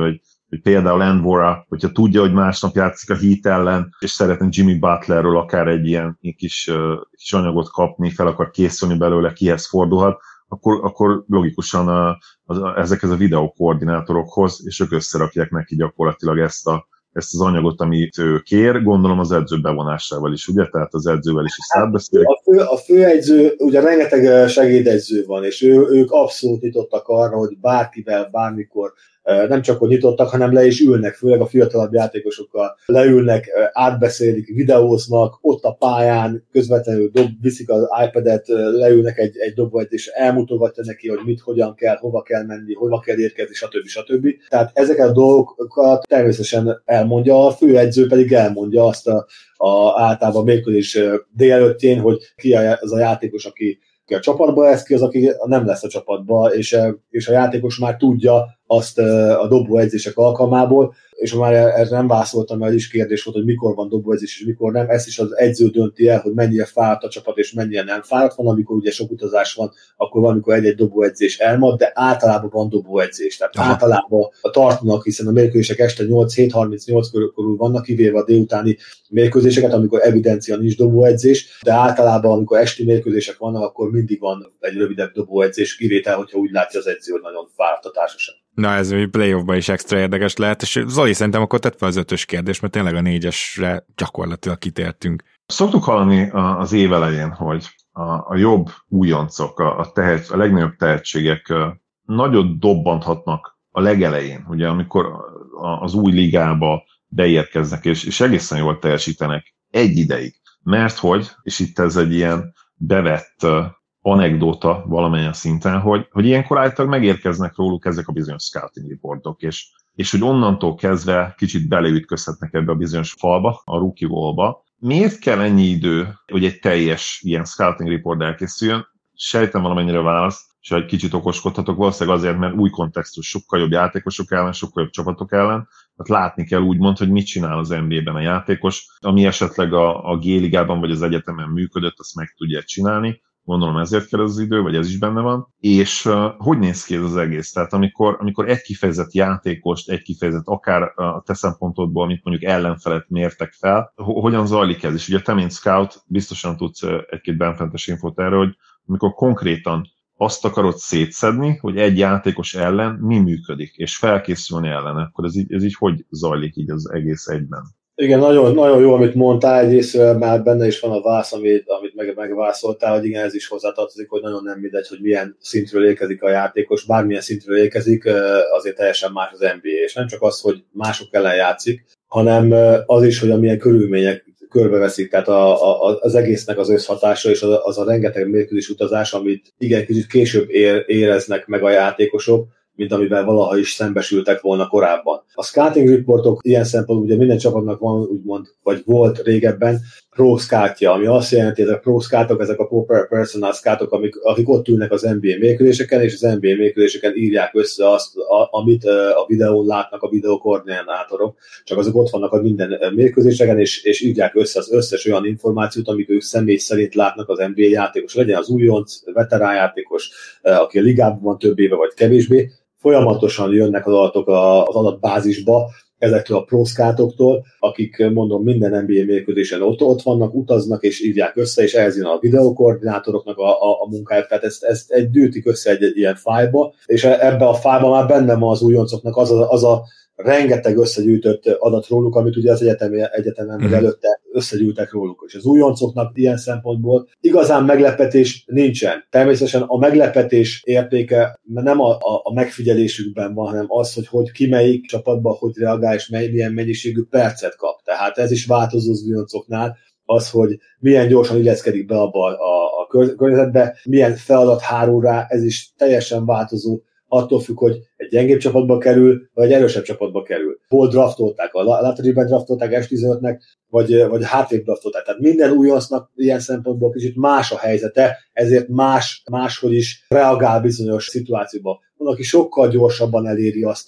hogy például Envora, hogyha tudja, hogy másnap játszik a Heat ellen, és szeretne Jimmy Butlerről akár egy ilyen kis, kis anyagot kapni, fel akar készülni belőle, kihez fordulhat, akkor, akkor logikusan a, a, ezekhez a videókoordinátorokhoz, és ők összerakják neki gyakorlatilag ezt a ezt az anyagot, amit ő kér, gondolom az edző bevonásával is, ugye? Tehát az edzővel is is átbeszélik. A, fő, a főedző, ugye rengeteg segédedző van, és ő, ők abszolút nyitottak arra, hogy bárkivel, bármikor nem csak hogy nyitottak, hanem le is ülnek, főleg a fiatalabb játékosokkal leülnek, átbeszélik, videóznak, ott a pályán közvetlenül dob, viszik az iPad-et, leülnek egy, egy dobot, és elmutogatja neki, hogy mit, hogyan kell, hova kell menni, hova kell érkezni, stb. stb. Tehát ezeket a dolgokat természetesen elmondja, a főedző pedig elmondja azt a, a általában mérkőzés délelőttjén, hogy ki az a játékos, aki ki a csapatba, ez ki az, aki nem lesz a csapatba, és, és a játékos már tudja azt a dobóedzések alkalmából, és már erre nem válaszoltam, mert ez is kérdés volt, hogy mikor van dobóedzés és mikor nem, ezt is az edző dönti el, hogy mennyire fáradt a csapat és mennyire nem fáradt van, amikor ugye sok utazás van, akkor van, amikor egy-egy dobóedzés elmad, de általában van dobóedzés, tehát Aha. általában a tartanak, hiszen a mérkőzések este nyolc hét harmincnyolc körül vannak, kivéve a délutáni mérkőzéseket, amikor evidencia nincs dobóedzés, de általában, amikor esti mérkőzések vannak, akkor mindig van egy rövidebb dobóedzés, kivétel, hogyha úgy látja az edző, hogy nagyon fáradt a társaság. Na ez a playoffban is extra érdekes lehet, és Zoli, szerintem akkor tett fel az ötös kérdés, mert tényleg a négyesre gyakorlatilag kitértünk. Szoktuk hallani az év elején, hogy a, a jobb újoncok, a, a, tehet, a legnagyobb tehetségek nagyot dobbanthatnak a legelején, ugye amikor az új ligába beérkeznek, és, és egészen jól teljesítenek egy ideig. Mert hogy, és itt ez egy ilyen bevett anekdóta valamilyen szinten, hogy, hogy ilyenkor általában megérkeznek róluk ezek a bizonyos scouting reportok, és, és hogy onnantól kezdve kicsit beleütközhetnek ebbe a bizonyos falba, a rookie wallba. Miért kell ennyi idő, hogy egy teljes ilyen scouting report elkészüljön? Sejtem valamennyire választ, és egy kicsit okoskodhatok, valószínűleg azért, mert új kontextus, sokkal jobb játékosok ellen, sokkal jobb csapatok ellen. Tehát látni kell úgymond, hogy mit csinál az en bé á-ben a játékos, ami esetleg a, a G-ligában vagy az egyetemen működött, azt meg tudják csinálni. Gondolom ezért kell ez az idő, vagy ez is benne van. És uh, hogy néz ki ez az egész? Tehát amikor, amikor egy kifejezett játékost, egy kifejezett akár a te szempontodból, amit mondjuk ellenfelet mértek fel, ho- hogyan zajlik ez? És ugye te, mint scout, biztosan tudsz egy-két benfentes infót erről, hogy amikor konkrétan azt akarod szétszedni, hogy egy játékos ellen mi működik, és felkészülni ellene, akkor ez így, ez így hogy zajlik így az egész egyben? Igen, nagyon, nagyon jó, amit mondtál, egyrészt már benne is van a válasz, amit, amit meg, megválaszoltál, hogy igen, ez is hozzátartozik, hogy nagyon nem mindegy, hogy milyen szintről érkezik a játékos, bármilyen szintről érkezik, azért teljesen más az en bé á, és nem csak az, hogy mások ellen játszik, hanem az is, hogy amilyen körülmények körbeveszik, tehát a, a, az egésznek az összhatása, és az, az a rengeteg mérkőzés utazás, amit igen, kicsit később ér, éreznek meg a játékosok, mint amivel valaha is szembesültek volna korábban. A scouting reportok ilyen szempontból ugye minden csapatnak van, úgymond, vagy volt régebben pro scoutja, ami azt jelenti, hogy a pro scoutok, ezek a pro personal scoutok, amik, akik ott ülnek az en bé á mérkőzéseken, és az en bé á mérkőzéseken írják össze azt, a, amit a videón látnak a videókoordinátorok, csak azok ott vannak a minden mérkőzéseken, és, és írják össze az összes olyan információt, amit ők személy szerint látnak az en bé á játékos. Legyen az újonc, veterán játékos, aki a ligában van több éve, vagy kevésbé, folyamatosan jönnek az adatok az adatbázisba ezektől a pro-scouttoktól, akik mondom minden en bé á mérkőzésen ott, ott vannak, utaznak és írják össze, és ehhez jön a videókoordinátoroknak a, a, a munkáját, tehát ezt, ezt egy gyűjtik össze egy, egy ilyen fájlba, és ebbe a fájlba már benne van az újoncoknak az a, az a rengeteg összegyűjtött adat róluk, amit ugye az egyetemen, egyetemen mm. előtte összegyűjtek róluk. És az újoncoknak ilyen szempontból igazán meglepetés nincsen. Természetesen a meglepetés értéke nem a, a, a megfigyelésükben van, hanem az, hogy, hogy ki melyik csapatban hogy reagál, és mely, milyen mennyiségű percet kap. Tehát ez is változó az újoncoknál, az, hogy milyen gyorsan illeszkedik be abba a, a, a környezetbe, milyen feladat hárul rá, ez is teljesen változó, attól függ, hogy egy gyengébb csapatba kerül, vagy egy erősebb csapatba kerül. Hol draftolták, a lotteryben draftolták es tizenötnek, vagy, vagy hátrébb draftolták. Tehát minden újoncnak ilyen szempontból kicsit más a helyzete, ezért más, máshogy is reagál bizonyos szituációba. Van, aki sokkal gyorsabban eléri azt a,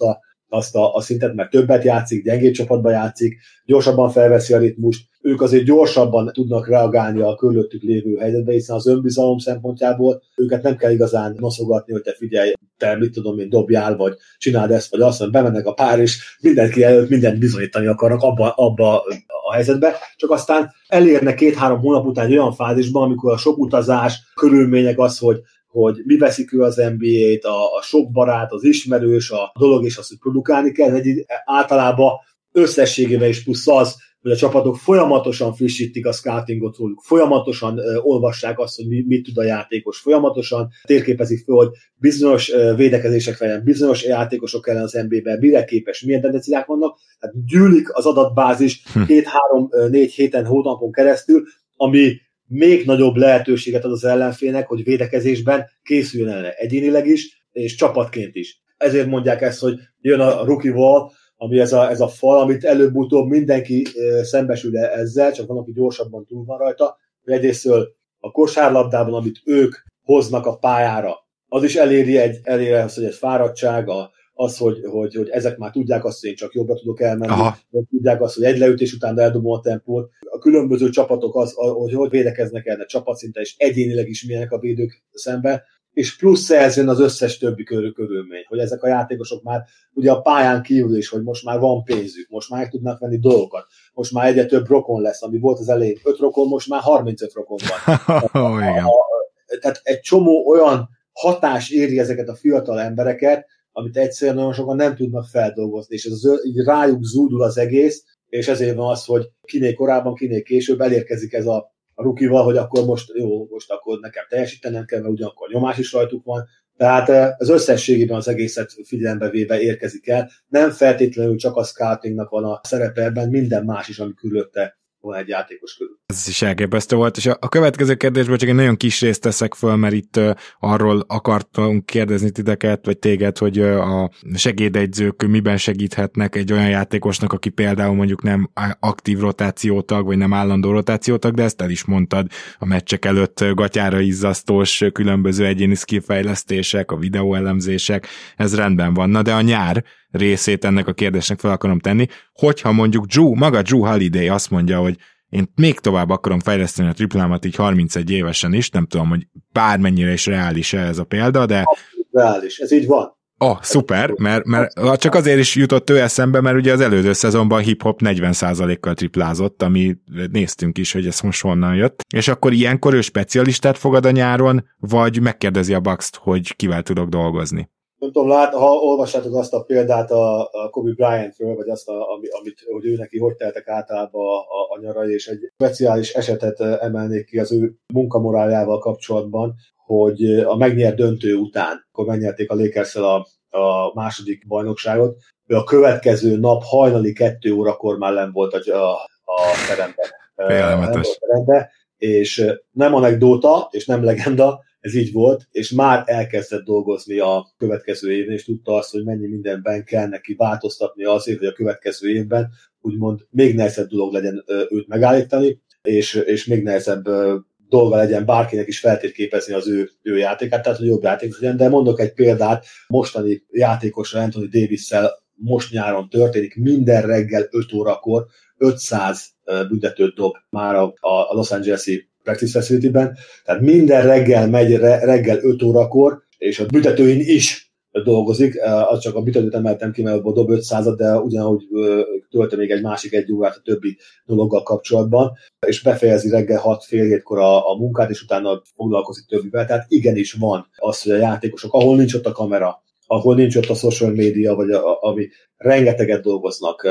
azt a, a szintet, mert többet játszik, gyengébb csapatban játszik, gyorsabban felveszi a ritmust, ők azért gyorsabban tudnak reagálni a körülöttük lévő helyzetbe, hiszen az önbizalom szempontjából őket nem kell igazán noszogatni, hogy te figyelj, te mit tudom én, dobjál, vagy csináld ezt, vagy azt, mondja, bemennek a pár, és mindenki előtt mindent bizonyítani akarnak abba, abba a helyzetbe, csak aztán elérnek két-három hónap után egy olyan fázisban, amikor a sok utazás, körülmények az, hogy hogy mi veszik ő az en bé á-t, a, a sok barát, az ismerős, a dolog és az, hogy produkálni kell, egy általában összességében is plusz az, hogy a csapatok folyamatosan frissítik a scoutingot róluk, folyamatosan uh, olvassák azt, hogy mi, mit tud a játékos, folyamatosan térképezik fel, hogy bizonyos uh, védekezések ellen, bizonyos játékosok ellen az en bé á-ben mire képes, milyen tendenciák vannak, tehát gyűlik az adatbázis két-három-négy héten, hónapon keresztül, ami még nagyobb lehetőséget ad az ellenfélnek, hogy védekezésben készüljön el egyénileg is, és csapatként is. Ezért mondják ezt, hogy jön a rookie wall, ami ez a, ez a fal, amit előbb-utóbb mindenki e, szembesül ezzel, csak van, aki gyorsabban túl van rajta, hogy egyrésztől a kosárlabdában, amit ők hoznak a pályára, az is eléri egy, eléri az, hogy egy fáradtság, a, az, hogy, hogy, hogy ezek már tudják azt, hogy én csak jobbra tudok elmenni, vagy tudják azt, hogy egy leütés után eldobom a tempót. A különböző csapatok az, hogy hogy védekeznek el, csapatszinten és egyénileg is milyenek a védők szemben, és plusz szerzőn az összes többi körül körülmény, hogy ezek a játékosok már ugye a pályán kívül is, hogy most már van pénzük, most már tudnak venni dolgokat, most már egyre több rokon lesz, ami volt az elején öt rokon, most már harmincöt rokon van. oh, a, a, tehát egy csomó olyan hatás éri ezeket a fiatal embereket, amit egyszerűen nagyon sokan nem tudnak feldolgozni, és ez az, így rájuk zúdul az egész, és ezért van az, hogy kinél korábban, kinél később elérkezik ez a, a rukival, hogy akkor most jó, most akkor nekem teljesítenem kell, mert ugyanakkor nyomás is rajtuk van. Tehát az összességében az egészet figyelembe véve érkezik el. Nem feltétlenül csak a scoutingnak van a szerepe ebben, minden más is, ami körülötte van egy játékos körül. Ez is elképesztő volt, és a, a következő kérdésből csak egy nagyon kis részt teszek föl, mert itt uh, arról akartunk kérdezni titeket, vagy téged, hogy uh, a segédegyzők miben segíthetnek egy olyan játékosnak, aki például mondjuk nem aktív rotációtag, vagy nem állandó rotációtag, de ezt el is mondtad a meccsek előtt, gatyára izzasztós különböző egyéni skillfejlesztések, a videóelemzések, ez rendben van. Na de a nyár részét ennek a kérdésnek fel akarom tenni, hogyha mondjuk Drew, maga Drew Holiday azt mondja, hogy én még tovább akarom fejleszteni a triplámat így harmincegy évesen is, nem tudom, hogy bármennyire is reális ez a példa, de... Reális, ez így van. Oh, szuper, mert, mert csak azért is jutott ő eszembe, mert ugye az előző szezonban hip-hop negyven százalékkal triplázott, ami néztünk is, hogy ez most honnan jött, és akkor ilyenkor ő specialistát fogad a nyáron, vagy megkérdezi a Bucks-t, hogy kivel tudok dolgozni. Nem tudom, lát, ha olvassátok azt a példát a, a Kobe Bryantről, vagy azt, a, ami, amit, hogy ő neki hogy teltek általában a, a, a nyarai, és egy speciális esetet emelnék ki az ő munkamoráljával kapcsolatban, hogy a megnyert döntő után, akkor megnyerték a Lakers-szel a, a második bajnokságot, ő a következő nap hajnali kettő órakor már nem volt a, a, a teremben. Félelmetes. A teremben, és nem anekdóta, és nem legenda, ez így volt, és már elkezdett dolgozni a következő évben, és tudta azt, hogy mennyi mindenben kell neki változtatni azért, hogy a következő évben úgymond még nehezebb dolog legyen őt megállítani, és, és még nehezebb dolga legyen bárkinek is feltérképezni az ő, ő játékát, tehát hogy jobb játékos legyen, de mondok egy példát, mostani játékosra Anthony Davis-szel most nyáron történik, minden reggel öt órakor ötszáz büntetőt dob már a, a Los Angeles-i practice facility-ben, tehát minden reggel megy re, reggel öt órakor, és a büntetőin is dolgozik, az csak a büntetőt emeltem ki, mert abból dob ötszázat, de ugyanúgy tölte még egy másik egy órát a többi dologgal kapcsolatban, és befejezi reggel hat fél hétkor a, a munkát, és utána foglalkozik többivel, tehát igenis van az, hogy a játékosok, ahol nincs ott a kamera, ahol nincs ott a social media, vagy a, a, ami rengeteget dolgoznak,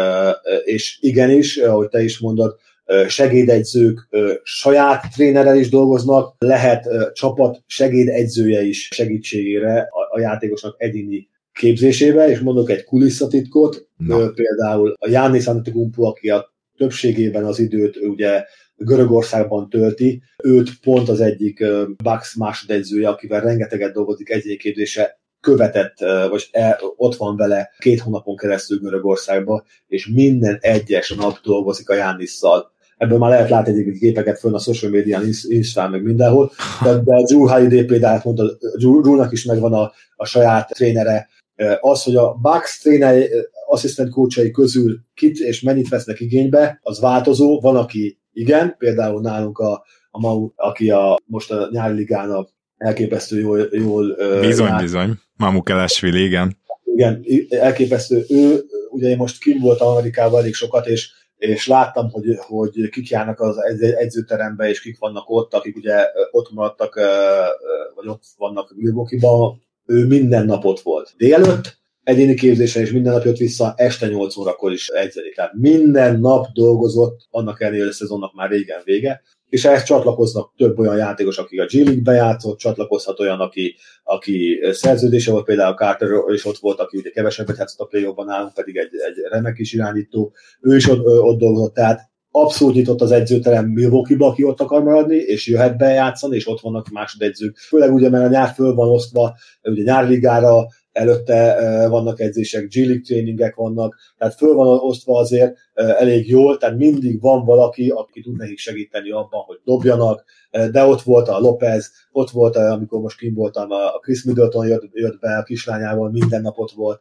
és igenis, ahogy te is mondod, segédegyzők saját trénerrel is dolgoznak, lehet csapat segédegyzője is segítségére a, a játékosnak egyéni képzésébe, és mondok egy kulisszatitkot, no. Például a Giannis Antetokounmpo, aki a többségében az időt ugye Görögországban tölti, őt pont az egyik Bucks másodegyzője, akivel rengeteget dolgozik egyéni képzése, követett, vagy e, ott van vele két hónapon keresztül Görögországban, és minden egyes nap dolgozik a Giannisszal. Ebből már lehet látni egyébként képeket fönn a social médián, Instagram, meg mindenhol, de, de Drew Holiday például mondta, Drew-nak is megvan a, a saját trénere, Az, hogy a Bucks tréner asszisztent coachai közül kit és mennyit vesznek igénybe, az változó. Van, aki igen, például nálunk a, a Mau, aki a, most a nyári ligának elképesztő jól... jól bizony, jár. bizony. Mamukelashvili, igen. Igen, elképesztő. Ő, ugye én most kim voltam Amerikában elég sokat, és, és láttam, hogy, hogy kik járnak az edzőterembe, és kik vannak ott, akik ugye ott maradtak, vagy ott vannak Milwaukee-ban. Ő minden nap ott volt. Délelőtt, egyéni képzésen, és minden nap jött vissza, este nyolc órakor is edzeni. Tehát minden nap dolgozott, annak ellenére, hogy a szezonnak már régen vége, és ehhez csatlakoznak több olyan játékos, aki a G League-be játszott, csatlakozhat olyan, aki, aki szerződése volt, például Carter is ott volt, aki ugye kevesebbet játszott a play-offban, nálunk pedig egy, egy remek is irányító, ő is ott, ott dolgozott, tehát abszolút nyitott az edzőterem Milwaukee-ba, aki ott akar maradni, és jöhet bejátszani, és ott vannak másodedzők. Főleg ugye, mert a nyár föl van osztva, ugye nyárligára, előtte vannak edzések, G League tréningek vannak, tehát föl van osztva azért elég jól, tehát mindig van valaki, aki tud nekik segíteni abban, hogy dobjanak, de ott volt a Lopez, ott volt, amikor most kim voltam, a Chris Middleton jött, jött be a kislányával, minden nap ott volt,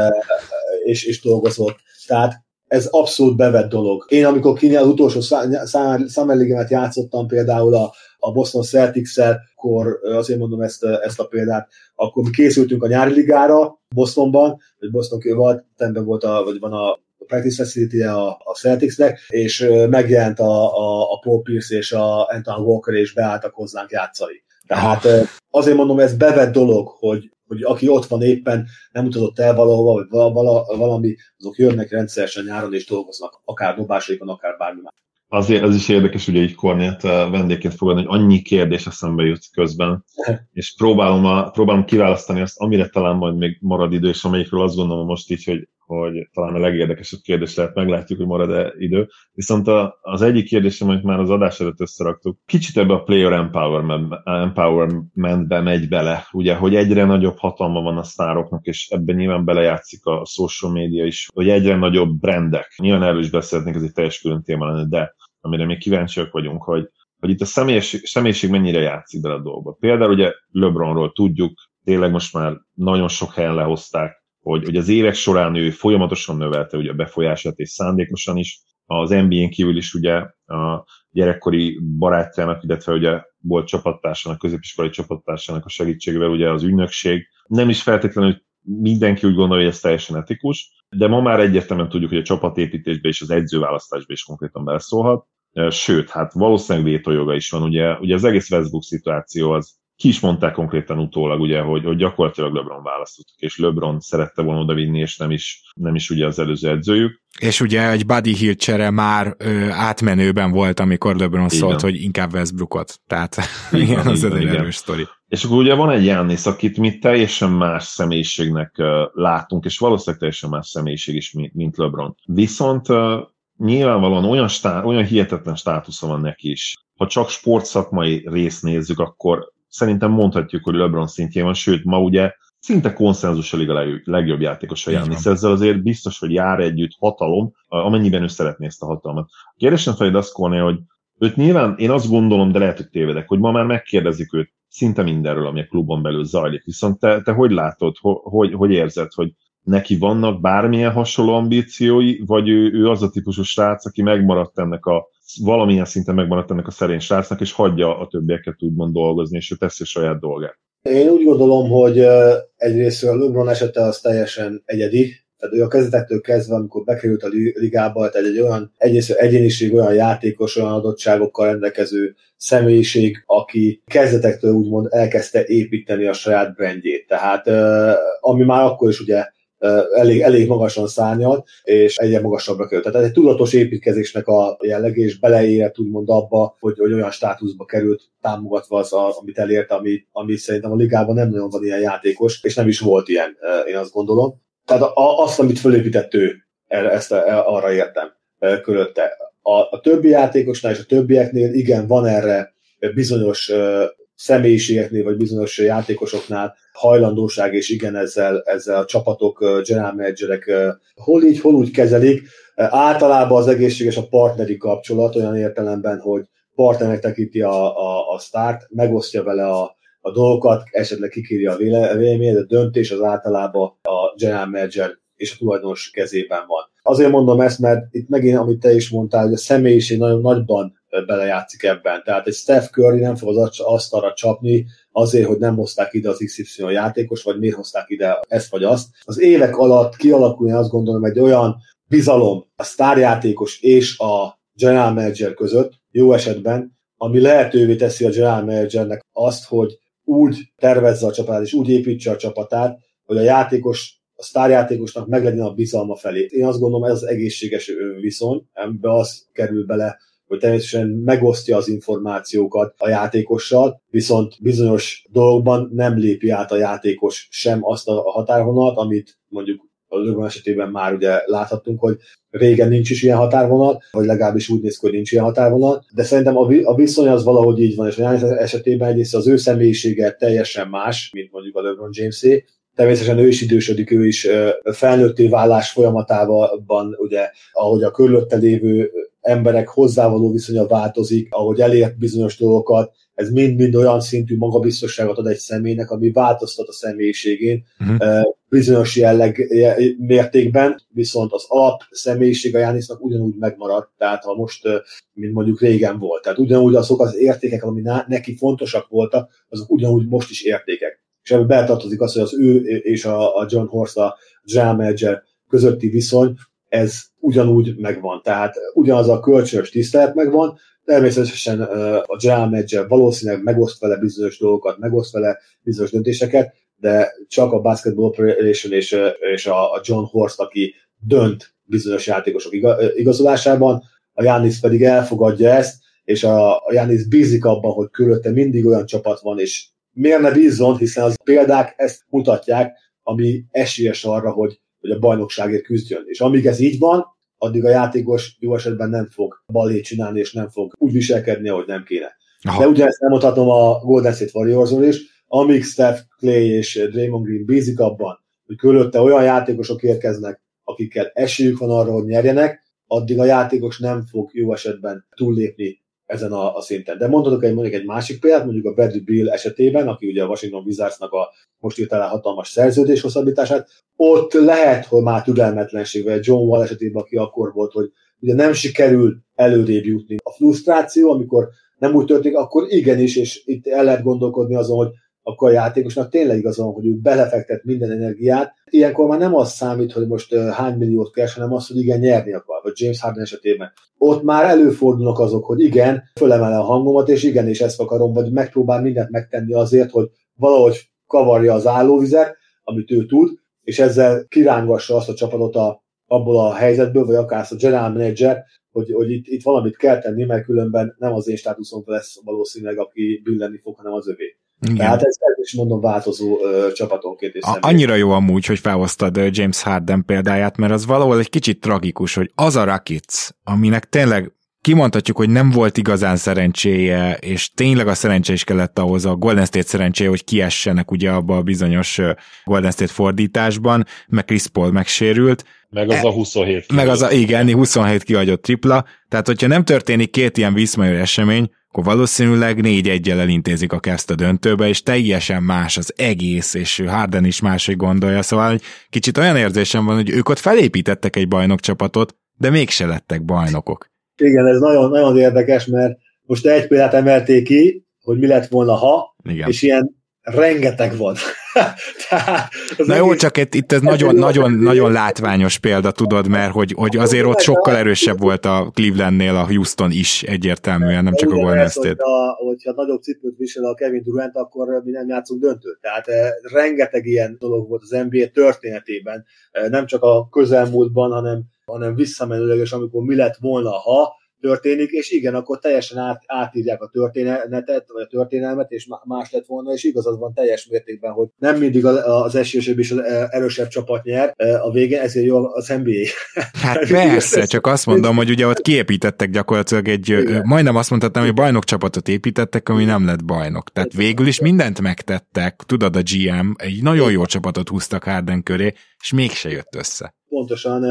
és, és dolgozott. Tehát ez abszolút bevett dolog. Én amikor kinél az utolsó Summer League-emet játszottam például a, a Boston Celtics-szel, akkor azért mondom ezt, ezt a példát, akkor mi készültünk a nyári ligára Bostonban, vagy Boston volt, temben volt a, vagy van a practice facility a, a Celticsnek, és megjelent a, a, a Paul Pierce és a Anton Walker, és beálltak hozzánk játszani. Tehát azért mondom, ez bevett dolog, hogy hogy aki ott van éppen, nem utazott el valahova, vagy vala, valami, azok jönnek rendszeresen nyáron és dolgoznak, akár dobásaikon, akár bármi más. Azért ez is érdekes, ugye így Kornélt vendégként fogadni, hogy annyi kérdés eszembe jut közben, és próbálom, a, próbálom kiválasztani azt, amire talán majd még marad idő, és amelyikről azt gondolom most így, hogy, hogy talán a legérdekesebb kérdés lehet, meglátjuk, hogy marad-e idő. Viszont a, az egyik kérdésem, amit már az adás előtt összeraktuk, kicsit ebbe a player empowerment, empowermentbe megy bele, ugye, hogy egyre nagyobb hatalma van a sztároknak, és ebben nyilván belejátszik a social media is, hogy egyre nagyobb brandek. Nyilván erről is beszélhetnénk, ez egy teljes külön téma lenne, de amire még kíváncsiak vagyunk, hogy, hogy itt a személyiség, személyiség mennyire játszik bele a dolgba. Például ugye LeBronról tudjuk, tényleg most már nagyon sok helyen lehozták, hogy, hogy az évek során ő folyamatosan növelte ugye a befolyását, és szándékosan is. Az en bé á-n kívül is ugye a gyerekkori barátjának, illetve ugye volt csapattársának, középiskolai csapattársának a segítségével ugye az ügynökség. Nem is feltétlenül mindenki úgy gondolja, hogy ez teljesen etikus, de ma már egyértelműen tudjuk, hogy a csapatépítésbe és az edzőválasztásba is konkrétan beleszólhat. Sőt, hát valószínűleg vétójoga is van. Ugye, ugye az egész Westbrook szituáció az, ki is mondták konkrétan utólag, ugye, hogy, hogy gyakorlatilag LeBron választottak, és LeBron szerette volna odavinni, és nem is, nem is ugye az előző edzőjük. És ugye egy Buddy Hield csere már ö, átmenőben volt, amikor LeBron igen. szólt, hogy inkább Westbrookot. Tehát igen, az egy erős sztori. És akkor ugye van egy Giannis, akit mi teljesen más személyiségnek uh, látunk, és valószínűleg teljesen más személyiség is, mint LeBron. Viszont uh, nyilvánvalóan olyan, stá- olyan hihetetlen státusza van neki is. Ha csak sportszakmai részt nézzük, akkor szerintem mondhatjuk, hogy LeBron szintjén van, sőt, ma ugye szinte konszenzus a liga legjobb játékos a Giannis. Ezzel azért biztos, hogy jár együtt hatalom, amennyiben ő szeretné ezt a hatalmat. Kérdésen felé azt Kornél, hogy őt nyilván, én azt gondolom, de lehet, hogy tévedek, hogy ma már megkérdezik őt szinte mindenről, ami a klubon belül zajlik. Viszont te, te hogy látod, hogy, hogy érzed, hogy neki vannak bármilyen hasonló ambíciói, vagy ő, ő az a típusú srác, aki megmaradt ennek a, valamilyen szinten megmaradt ennek a szerény srácnak, és hagyja a többieket úgymond dolgozni, és ő teszi a saját dolgát. Én úgy gondolom, hogy egyrészt a LeBron esete az teljesen egyedi, tehát ő a kezdetektől kezdve, amikor bekerült a ligába, tehát egy olyan egyrészt egyéniség, olyan játékos, olyan adottságokkal rendelkező személyiség, aki kezdetektől úgymond elkezdte építeni a saját brandjét. Tehát ami már akkor is ugye elég, elég magasan szárnyalt, és egyre magasabbra került. Tehát egy tudatos építkezésnek a jellege, és beleérett úgymond abba, hogy, hogy olyan státuszba került, támogatva az, a, amit elért, ami, ami szerintem a ligában nem nagyon van ilyen játékos, és nem is volt ilyen, én azt gondolom. Tehát azt, amit fölépített ő, ezt arra értem körülötte. A, a többi játékosnál és a többieknél igen, van erre bizonyos személyiségeknél, vagy bizonyos játékosoknál hajlandóság, és igen, ezzel, ezzel a csapatok, general managerek hol így, hol úgy kezelik. Általában az egészséges a partneri kapcsolat, olyan értelemben, hogy partnernek tekinti a, a, a sztárt, megosztja vele a, a dolgokat, esetleg kikírja a véleményét, a döntés az általában a general manager és a tulajdonos kezében van. Azért mondom ezt, mert itt megint, amit te is mondtál, hogy a személyiség nagyon nagyban belejátszik ebben. Tehát egy Steph Curry nem fog az asztalra csapni azért, hogy nem hozták ide az iksz ipszilon játékos, vagy miért hozták ide ezt vagy azt. Az évek alatt kialakulni azt gondolom egy olyan bizalom a sztárjátékos és a general manager között, jó esetben, ami lehetővé teszi a general managernek azt, hogy úgy tervezze a csapatát, és úgy építse a csapatát, hogy a játékos, a sztárjátékosnak meglegyen a bizalma felé. Én azt gondolom, ez az egészséges viszony, ebbe az kerül bele, hogy természetesen megosztja az információkat a játékossal, viszont bizonyos dolgokban nem lépi át a játékos sem azt a határvonalat, amit mondjuk a LeBron esetében már ugye láthattunk, hogy régen nincs is ilyen határvonal, vagy legalábbis úgy néz ki, hogy nincs ilyen határvonal, de szerintem a viszony az valahogy így van, és a Giannis esetében egyrészt az ő személyisége teljesen más, mint mondjuk a LeBron Jamesé. Természetesen ő is idősödik, ő is felnőtté válás folyamatában, ugye, ahogy a körülötte lévő emberek hozzávaló viszonya változik, ahogy elért bizonyos dolgokat, ez mind-mind olyan szintű magabiztosságot ad egy személynek, ami változtat a személyiségén uh-huh. bizonyos jelleg mértékben, viszont az alap személyiség a Giannisnak ugyanúgy megmaradt, tehát ha most, mint mondjuk régen volt. Tehát ugyanúgy azok az értékek, ami neki fontosak voltak, azok ugyanúgy most is értékek. És ebben beletartozik az, hogy az ő és a John Horst, a general manager közötti viszony, ez ugyanúgy megvan. Tehát ugyanaz a kölcsönös tisztelet megvan, természetesen a general manager valószínűleg megoszt vele bizonyos dolgokat, megoszt vele bizonyos döntéseket, de csak a Basketball Operation és, és a John Horst, aki dönt bizonyos játékosok igazolásában, a Giannis pedig elfogadja ezt, és a Giannis bízik abban, hogy körülötte mindig olyan csapat van, és miért ne bízzon, hiszen az példák ezt mutatják, ami esélyes arra, hogy, hogy a bajnokságért küzdjön. És amíg ez így van, addig a játékos jó esetben nem fog balhét csinálni, és nem fog úgy viselkedni, ahogy nem kéne. Aha. De ugyanezt nem mondhatom a Golden State Warriorsról is, amíg Steph Clay és Draymond Green bízik abban, hogy körülötte olyan játékosok érkeznek, akikkel esélyük van arra, hogy nyerjenek, addig a játékos nem fog jó esetben túllépni ezen a, a szinten. De mondhatok egy, mondjuk egy másik példát, mondjuk a Bradley Beal esetében, aki ugye a Washington Wizardsnak a most írt el hatalmas szerződés hosszabbítását, ott lehet, hogy már türelmetlenség, vagy John Wall esetében, aki akkor volt, hogy ugye nem sikerül előrébb jutni. A frusztráció, amikor nem úgy történik, akkor igenis, és itt el lehet gondolkodni azon, hogy akkor a játékosnak tényleg igazán, hogy ő belefektet minden energiát. Ilyenkor már nem az számít, hogy most uh, hány milliót keres, hanem az, hogy igen, nyerni akar, vagy James Harden esetében. Ott már előfordulnak azok, hogy igen, fölemel a hangomat, és igen, és ezt akarom, vagy megpróbál mindent megtenni azért, hogy valahogy kavarja az állóvizet, amit ő tud, és ezzel kirángassa azt a csapatot a, abból a helyzetből, vagy akár azt a general manager, hogy, hogy itt, itt valamit kell tenni, mert különben nem az én státuszom lesz valószínűleg, aki billenni fog, hanem az övé. Igen. Tehát ez is mondom változó uh, csapatonként és személy. Annyira jó amúgy, hogy felhoztad James Harden példáját, mert az valahol egy kicsit tragikus, hogy az a Rockets, aminek tényleg kimondhatjuk, hogy nem volt igazán szerencséje, és tényleg a szerencse is kellett ahhoz, a Golden State szerencséje, hogy kiessenek ugye abba a bizonyos Golden State fordításban, meg Chris Paul megsérült. Meg az a huszonhét. Meg az a, igen, huszonhét kihagyott tripla. Tehát, hogyha nem történik két ilyen vízmajor esemény, akkor valószínűleg négy egyel elintézik a Cavs a döntőbe, és teljesen más az egész, és Harden is máshogy gondolja, szóval egy kicsit olyan érzésem van, hogy ők ott felépítettek egy bajnokcsapatot, de mégse lettek bajnokok. Igen, ez nagyon, nagyon érdekes, mert most egy példát emelték ki, hogy mi lett volna, ha, igen. És ilyen rengeteg van. Na jó, csak itt, itt ez nagyon, nagyon, nagyon látványos példa, tudod, mert hogy, hogy azért ott sokkal erősebb volt a Clevelandnél a Houston is egyértelműen, nem csak a Golden State. Hogyha, hogyha nagyobb cipőt visel a Kevin Durant, akkor mi nem játszunk döntőt. Tehát eh, rengeteg ilyen dolog volt az en bé á történetében, eh, nem csak a közelmúltban, hanem, hanem visszamenőleges, amikor mi lett volna, ha történik, és igen, akkor teljesen át, átírják a történetet, vagy a történelmet, és más lett volna, és igazad van teljes mértékben, hogy nem mindig az esélyesebb és az erősebb csapat nyer a végén, ezért jó az en bé á. Hát persze, csak azt mondom, hogy ugye ott kiépítettek gyakorlatilag egy, igen. Majdnem azt mondhatnám, hogy bajnokcsapatot építettek, ami nem lett bajnok. Tehát végül is mindent megtettek, tudod, a gé em, egy nagyon jó csapatot húztak Harden köré, és mégse jött össze. Pontosan,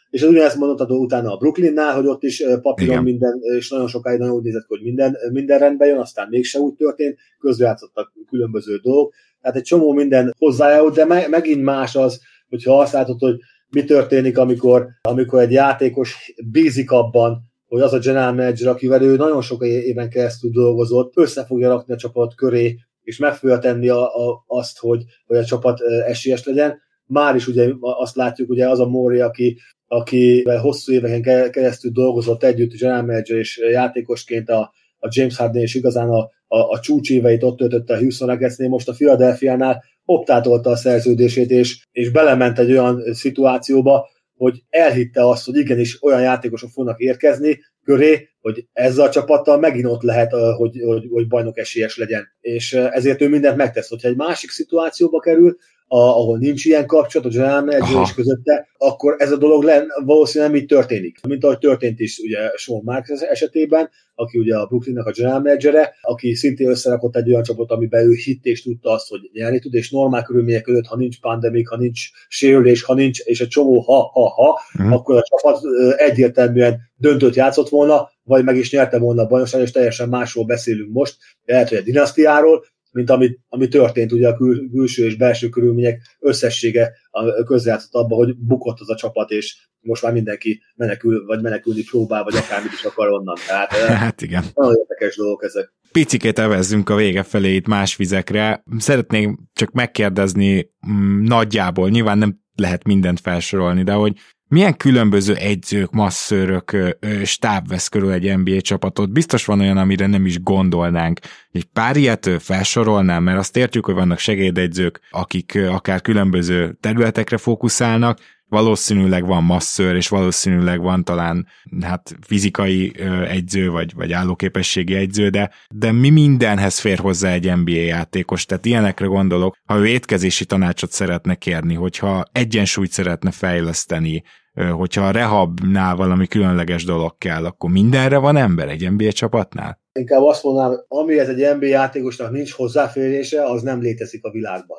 és az ugyanezt mondhatod utána a Brooklynnál, hogy ott is papíron Igen. minden, és nagyon sokáig nagyon úgy nézett, hogy minden, minden rendben jön, aztán mégse úgy történt, közrejátszottak különböző dolgok, tehát egy csomó minden hozzájárult, de me- megint más az, hogyha azt látod, hogy mi történik, amikor, amikor egy játékos bízik abban, hogy az a general manager, akivel ő nagyon sok éven keresztül dolgozott, össze fogja rakni a csapat köré, és meg fogja tenni a, a, azt, hogy, hogy a csapat esélyes legyen. Már is ugye azt látjuk, ugye az a Morey, aki, aki hosszú éveken keresztül dolgozott együtt, general manager és játékosként a, a James Harden, és igazán a, a, a csúcséveit ott töltötte a Houston Nuggetsnél, most a Philadelphiánál optátolta a szerződését, és, és belement egy olyan szituációba, hogy elhitte azt, hogy igenis olyan játékosok fognak érkezni köré, hogy ezzel a csapattal megint ott lehet, hogy, hogy, hogy bajnok esélyes legyen. És ezért ő mindent megtesz. Hogyha egy másik szituációba kerül, a, ahol nincs ilyen kapcsolat a general manager is közötte, akkor ez a dolog len, valószínűleg így történik. Mint ahogy történt is ugye Sean Marks esetében, aki ugye a Brooklynnak a general managere, aki szintén összerakott egy olyan csapat, amiben ő hitt és tudta azt, hogy nyerni tud, és normál körülmények között, ha nincs pandemik, ha nincs sérülés, ha nincs, és egy csomó ha-ha-ha, uh-huh. akkor a csapat egyértelműen döntőt játszott volna, vagy meg is nyerte volna a bajnokságot, és teljesen másról beszélünk most, lehet, hogy a dinasztiáról, mint ami, ami történt, ugye a kül, külső és belső körülmények összessége közrejátszott abba, hogy bukott az a csapat, és most már mindenki menekül, vagy menekülni próbál, vagy akármit is akar onnan. Tehát hát igen. Nagyon érdekes dolgok ezek. Picikét evezzünk a vége felé itt más vizekre. Szeretnék csak megkérdezni m, nagyjából, nyilván nem lehet mindent felsorolni, de hogy milyen különböző egyzők, masszőrök, stáb vesz körül egy en bé á csapatot? Biztos van olyan, amire nem is gondolnánk. Egy pár ilyet felsorolnám, mert azt értjük, hogy vannak segédegyzők, akik akár különböző területekre fókuszálnak, valószínűleg van masszőr, és valószínűleg van talán hát fizikai egyző, vagy, vagy állóképességi egyző, de, de mi mindenhez fér hozzá egy en bé á játékos, tehát ilyenekre gondolok, ha ő étkezési tanácsot szeretne kérni, hogyha egyensúlyt szeretne fejleszteni, hogyha a rehabnál valami különleges dolog kell, akkor mindenre van ember egy en bé á csapatnál? Inkább azt mondanám, amihez egy en bé á játékosnak nincs hozzáférése, az nem létezik a világban.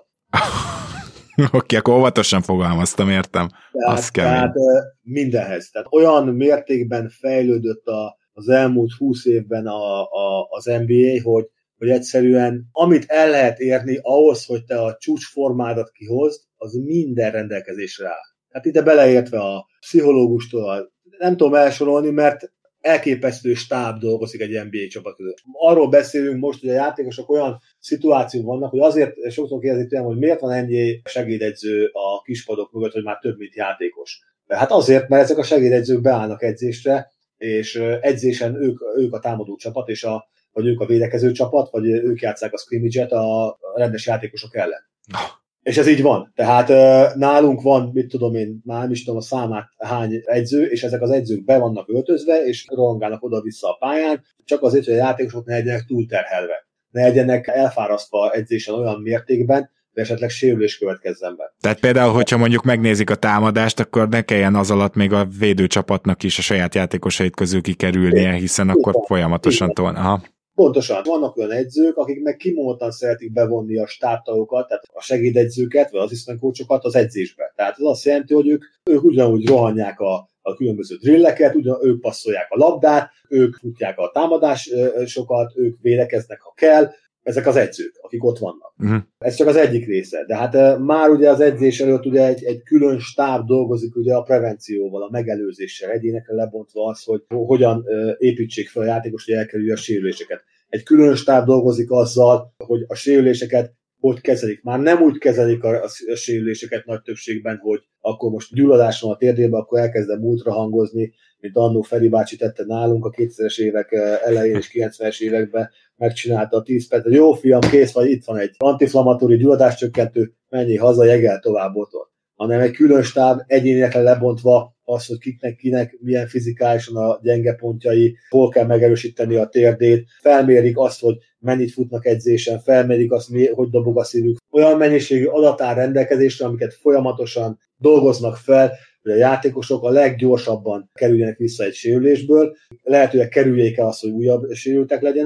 Oké, okay, akkor óvatosan fogalmaztam, értem. Tehát, az kemény. tehát mindenhez. Tehát olyan mértékben fejlődött a, az elmúlt húsz évben a, a, az en bé á, hogy, hogy egyszerűen amit el lehet érni ahhoz, hogy te a csúcsformádat kihozd, az minden rendelkezésre áll. Hát ide beleértve a pszichológustól, nem tudom elsorolni, mert elképesztő stáb dolgozik egy en bé á csapat között. Arról beszélünk most, hogy a játékosok olyan szituációk vannak, hogy azért sokszor kérdezik tőlem, hogy miért van ennyi segédegyző a kispadok mögött, hogy már több, mint játékos. Hát azért, mert ezek a segédegyzők beállnak edzésre, és edzésen ők, ők a támadó csapat, és a, vagy ők a védekező csapat, vagy ők játsszák a scrimmage-et a rendes játékosok ellen. És ez így van. Tehát uh, nálunk van, mit tudom én, már nem is tudom a számát hány edző, és ezek az edzők be vannak öltözve, és rohangálnak oda-vissza a pályán, csak azért, hogy a játékosok ne legyenek túlterhelve. Ne legyenek elfárasztva edzésen olyan mértékben, de esetleg sérülés következzen be. Tehát például, hogyha mondjuk megnézik a támadást, akkor ne kelljen az alatt még a védőcsapatnak is a saját játékosait közül kikerülnie, hiszen igen, akkor folyamatosan tolna. Aha. Pontosan. Vannak olyan edzők, akik meg kimondottan szeretik bevonni a stábtagokat, tehát a segédegyzőket, vagy az assistant coachokat az edzésbe. Tehát ez azt jelenti, hogy ők, ők ugyanúgy rohanják a, a különböző drilleket, ugyan, ők passzolják a labdát, ők futják a támadásokat, ők védekeznek, ha kell. Ezek az edzők, akik ott vannak. Uh-huh. Ez csak az egyik része. De hát uh, már ugye az edzés előtt ugye egy, egy külön stáb dolgozik ugye a prevencióval, a megelőzéssel, egyénekre lebontva az, hogy hogyan uh, építsék fel a játékos, hogy elkerülje a sérüléseket. Egy külön stáb dolgozik azzal, hogy a sérüléseket hogy kezelik. Már nem úgy kezelik a, a, a sérüléseket nagy többségben, hogy akkor most gyulladás van a térdében, akkor elkezdem útra hangozni, mint annó Feri bácsi tette nálunk a kétezres évek elején és kilencvenes években, megcsinálta a tíz percet. Jó fiam, kész vagy, itt van egy antiflamatóri gyulladáscsökkentő, menjél haza, jegel tovább otthon. Hanem egy külön stáb egyénekre lebontva az, hogy kiknek, kinek milyen fizikálisan a gyenge pontjai, hol kell megerősíteni a térdét, felmérik azt, hogy mennyit futnak edzésen, felmérik azt, hogy dobog a szívük. Olyan mennyiségű adat áll rendelkezésre, amiket folyamatosan dolgoznak fel, hogy a játékosok a leggyorsabban kerüljenek vissza egy sérülésből, lehetőleg kerüljék el azt, hogy újabb sérültek legyenek,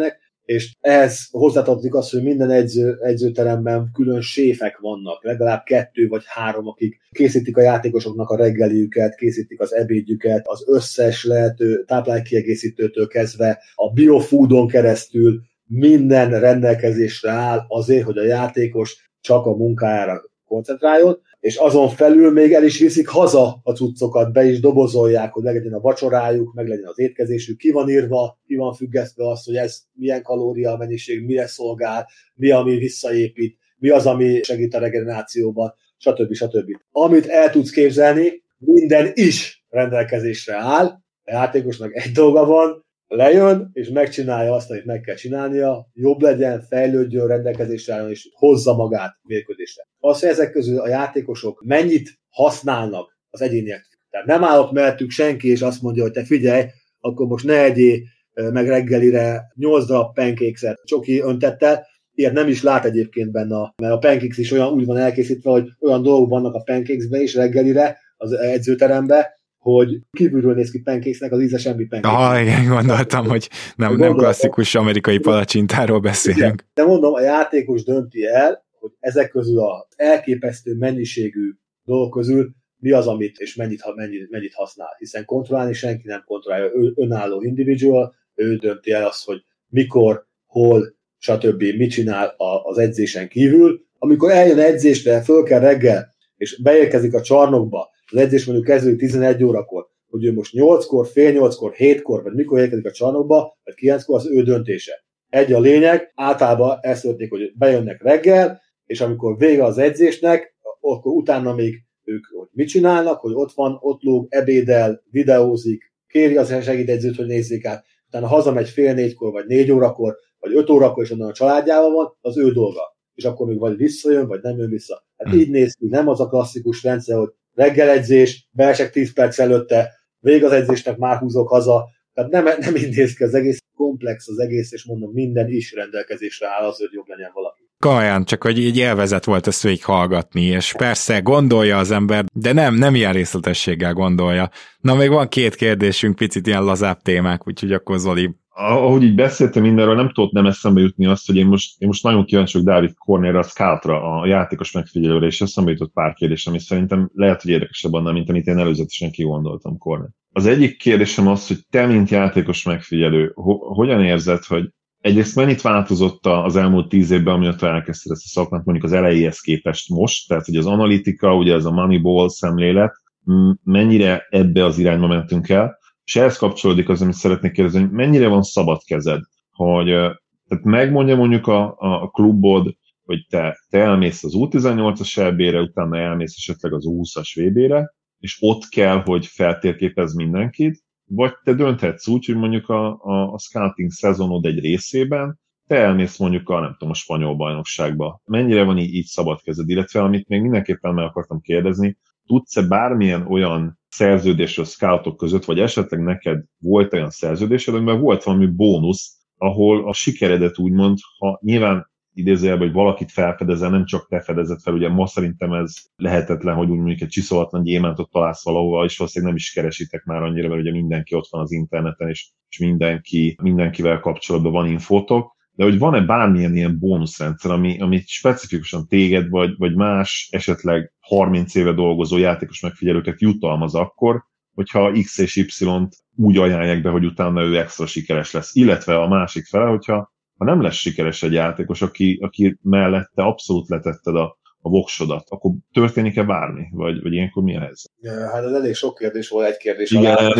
és ehhez hozzátartozik az, hogy minden edző, edzőteremben külön séfek vannak, legalább kettő vagy három, akik készítik a játékosoknak a reggeliüket, készítik az ebédjüket, az összes lehető táplálékkiegészítőtől kezdve a biofoodon keresztül minden rendelkezésre áll azért, hogy a játékos csak a munkájára koncentráljon, és azon felül még el is viszik haza a cuccokat, be is dobozolják, hogy legyen a vacsorájuk, meg legyen az étkezésük, ki van írva, ki van függesztve az, hogy ez milyen kalória mennyiség, mire szolgál, mi, ami visszaépít, mi az, ami segít a regenerációban, stb. stb. Amit el tudsz képzelni, minden is rendelkezésre áll, a játékosnak egy dolga van, lejön, és megcsinálja azt, amit meg kell csinálnia, jobb legyen, fejlődjön, rendelkezésre álljon, és hozza magát mérkőzésre. Az, hogy ezek közül a játékosok mennyit használnak az egyéniek. Tehát nem állok mellettük senki, és azt mondja, hogy te figyelj, akkor most ne egyél meg reggelire nyolc darab pancakes-et csoki öntettel, ilyet nem is lát egyébként benne, mert a pancakes is olyan úgy van elkészítve, hogy olyan dolgok vannak a pancakesbe is reggelire, az edzőterembe, hogy kívülről néz ki pancakesnek az íze semmi pancake. Ah, igen, gondoltam, hogy nem, nem klasszikus amerikai palacsintáról beszélünk. Igen. De mondom, a játékos dönti el, hogy ezek közül az elképesztő mennyiségű dolgok közül mi az, amit és mennyit, mennyit, mennyit használ. Hiszen kontrollálni senki nem kontrollálja, ő önálló individual, ő dönti el azt, hogy mikor, hol, stb. Mit csinál az edzésen kívül. Amikor eljön edzésre, föl kell reggel, és beérkezik a csarnokba, az edzés mondjuk kezdődik tizenegy órakor, hogy ő most nyolckor, fél nyolckor, hétkor, vagy mikor érkezik a csarnokba, vagy kilenckor, az ő döntése. Egy a lényeg, általában ezt történik, hogy bejönnek reggel, és amikor vége az edzésnek, akkor utána még ők hogy mit csinálnak, hogy ott van, ott lóg, ebédel, videózik, kéri az segédedzőt, hogy nézzék át, utána hazamegy fél négykor, vagy négy órakor, vagy öt órakor, és onnan a családjával van, az ő dolga. És akkor még vagy visszajön, vagy nem jön vissza. Hát hmm. így néz ki, nem az a klasszikus rendszer, hogy reggeledzés, beesek tíz perc előtte, vég az edzésnek, már húzok haza. Tehát nem, nem így néz ki az egész, komplex az egész, és mondom, minden is rendelkezésre áll az, hogy jobb legyen valaki. Komolyan, csak hogy így élvezet volt ezt végig hallgatni, és persze gondolja az ember, de nem, nem ilyen részletességgel gondolja. Na, még van két kérdésünk, picit ilyen lazább témák, úgyhogy akkor Zoli. Ahogy így beszéltem mindenről, nem tudott nem eszembe jutni azt, hogy én most, én most nagyon kíváncsi vagyok Dávid Cornélra, a Scoutra, a játékos megfigyelőre, és eszembe jutott pár kérdés, ami szerintem lehet, hogy érdekesebb annál, mint amit én előzetesen kigondoltam, Cornél. Az egyik kérdésem az, hogy te, mint játékos megfigyelő, ho- hogyan érzed, hogy egyrészt mennyit változott az elmúlt tíz évben, amióta elkezdted ezt a szakmát, mondjuk az elejéhez képest most, tehát hogy az analitika, ugye ez a Moneyball szemlélet, mennyire ebbe az irányba mentünk el, és ehhez kapcsolódik az, amit szeretnék kérdezni, hogy mennyire van szabad kezed, hogy tehát megmondja mondjuk a, a klubod, hogy te, te elmész az U tizennyolcas é bé-re, utána elmész esetleg az U húszas vé bé-re, és ott kell, hogy feltérképezz mindenkit, vagy te dönthetsz úgy, hogy mondjuk a, a, a scouting szezonod egy részében, te elmész mondjuk a, nem tudom, a spanyol bajnokságba. Mennyire van így, így szabad kezed, illetve amit még mindenképpen meg akartam kérdezni, tudsz-e bármilyen olyan szerződésről scoutok között, vagy esetleg neked volt olyan szerződésed, amiben volt valami bónusz, ahol a sikeredet úgymond, ha nyilván idézőjelben, hogy valakit felfedezel, nem csak te fedezed fel, ugye ma szerintem ez lehetetlen, hogy úgy mondjuk egy csiszolatlan gyémántot találsz valahova, és valószínűleg nem is keresitek már annyira, mert ugye mindenki ott van az interneten, és, és mindenki, mindenkivel kapcsolatban van infótok, de hogy van-e bármilyen ilyen bónuszrendszer, ami, ami specifikusan téged, vagy, vagy más, esetleg harminc éve dolgozó játékos megfigyelőket jutalmaz akkor, hogyha X és Y-t úgy ajánlják be, hogy utána ő extra sikeres lesz. Illetve a másik fele, hogyha ha nem lesz sikeres egy játékos, aki, aki mellette abszolút letetted a, a voksodat, akkor történik-e bármi? Vagy, vagy ilyenkor mi a helyzet? Hát ez elég sok kérdés volt, egy kérdés igen, alá.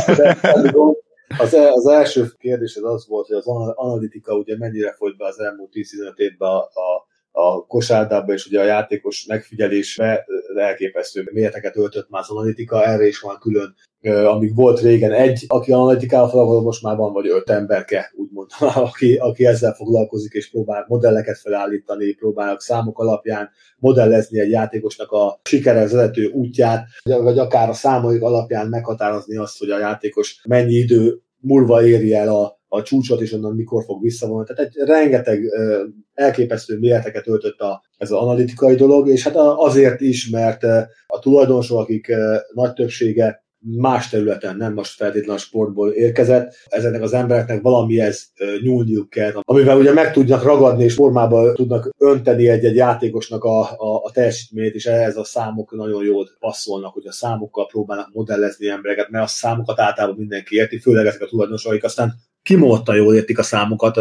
Ez... Az, az első kérdés az, az volt, hogy az analitika ugye mennyire folyt be az elmúlt tíz-tizenöt évben a, a, a kosárdába, és ugye a játékos megfigyelésbe elképesztő méreteket öltött már az analitika, erre is van külön, amíg volt régen egy, aki analitikával foglalkozott, most már van vagy öt emberke, úgymond, aki, aki ezzel foglalkozik, és próbál modelleket felállítani, próbálnak számok alapján modellezni egy játékosnak a sikeres vezető útját, vagy akár a számaik alapján meghatározni azt, hogy a játékos mennyi idő múlva éri el a, a csúcsot, és onnan mikor fog visszavonni. Tehát egy rengeteg uh, elképesztő méreteket öltött a, ez az analitikai dolog, és hát azért is, mert uh, a tulajdonosok, akik uh, nagy többsége más területen, nem most feltétlenül a sportból érkezett. Ezeknek az embereknek valamihez nyúlniuk kell, amivel ugye meg tudnak ragadni és formába tudnak önteni egy-egy játékosnak a, a, a teljesítményét, és ehhez a számok nagyon jól passzolnak, hogy a számokkal próbálnak modellezni embereket, mert a számokat általában mindenki érti, főleg ezek a tulajdonosok, akik aztán kimondottan jól értik a számokat,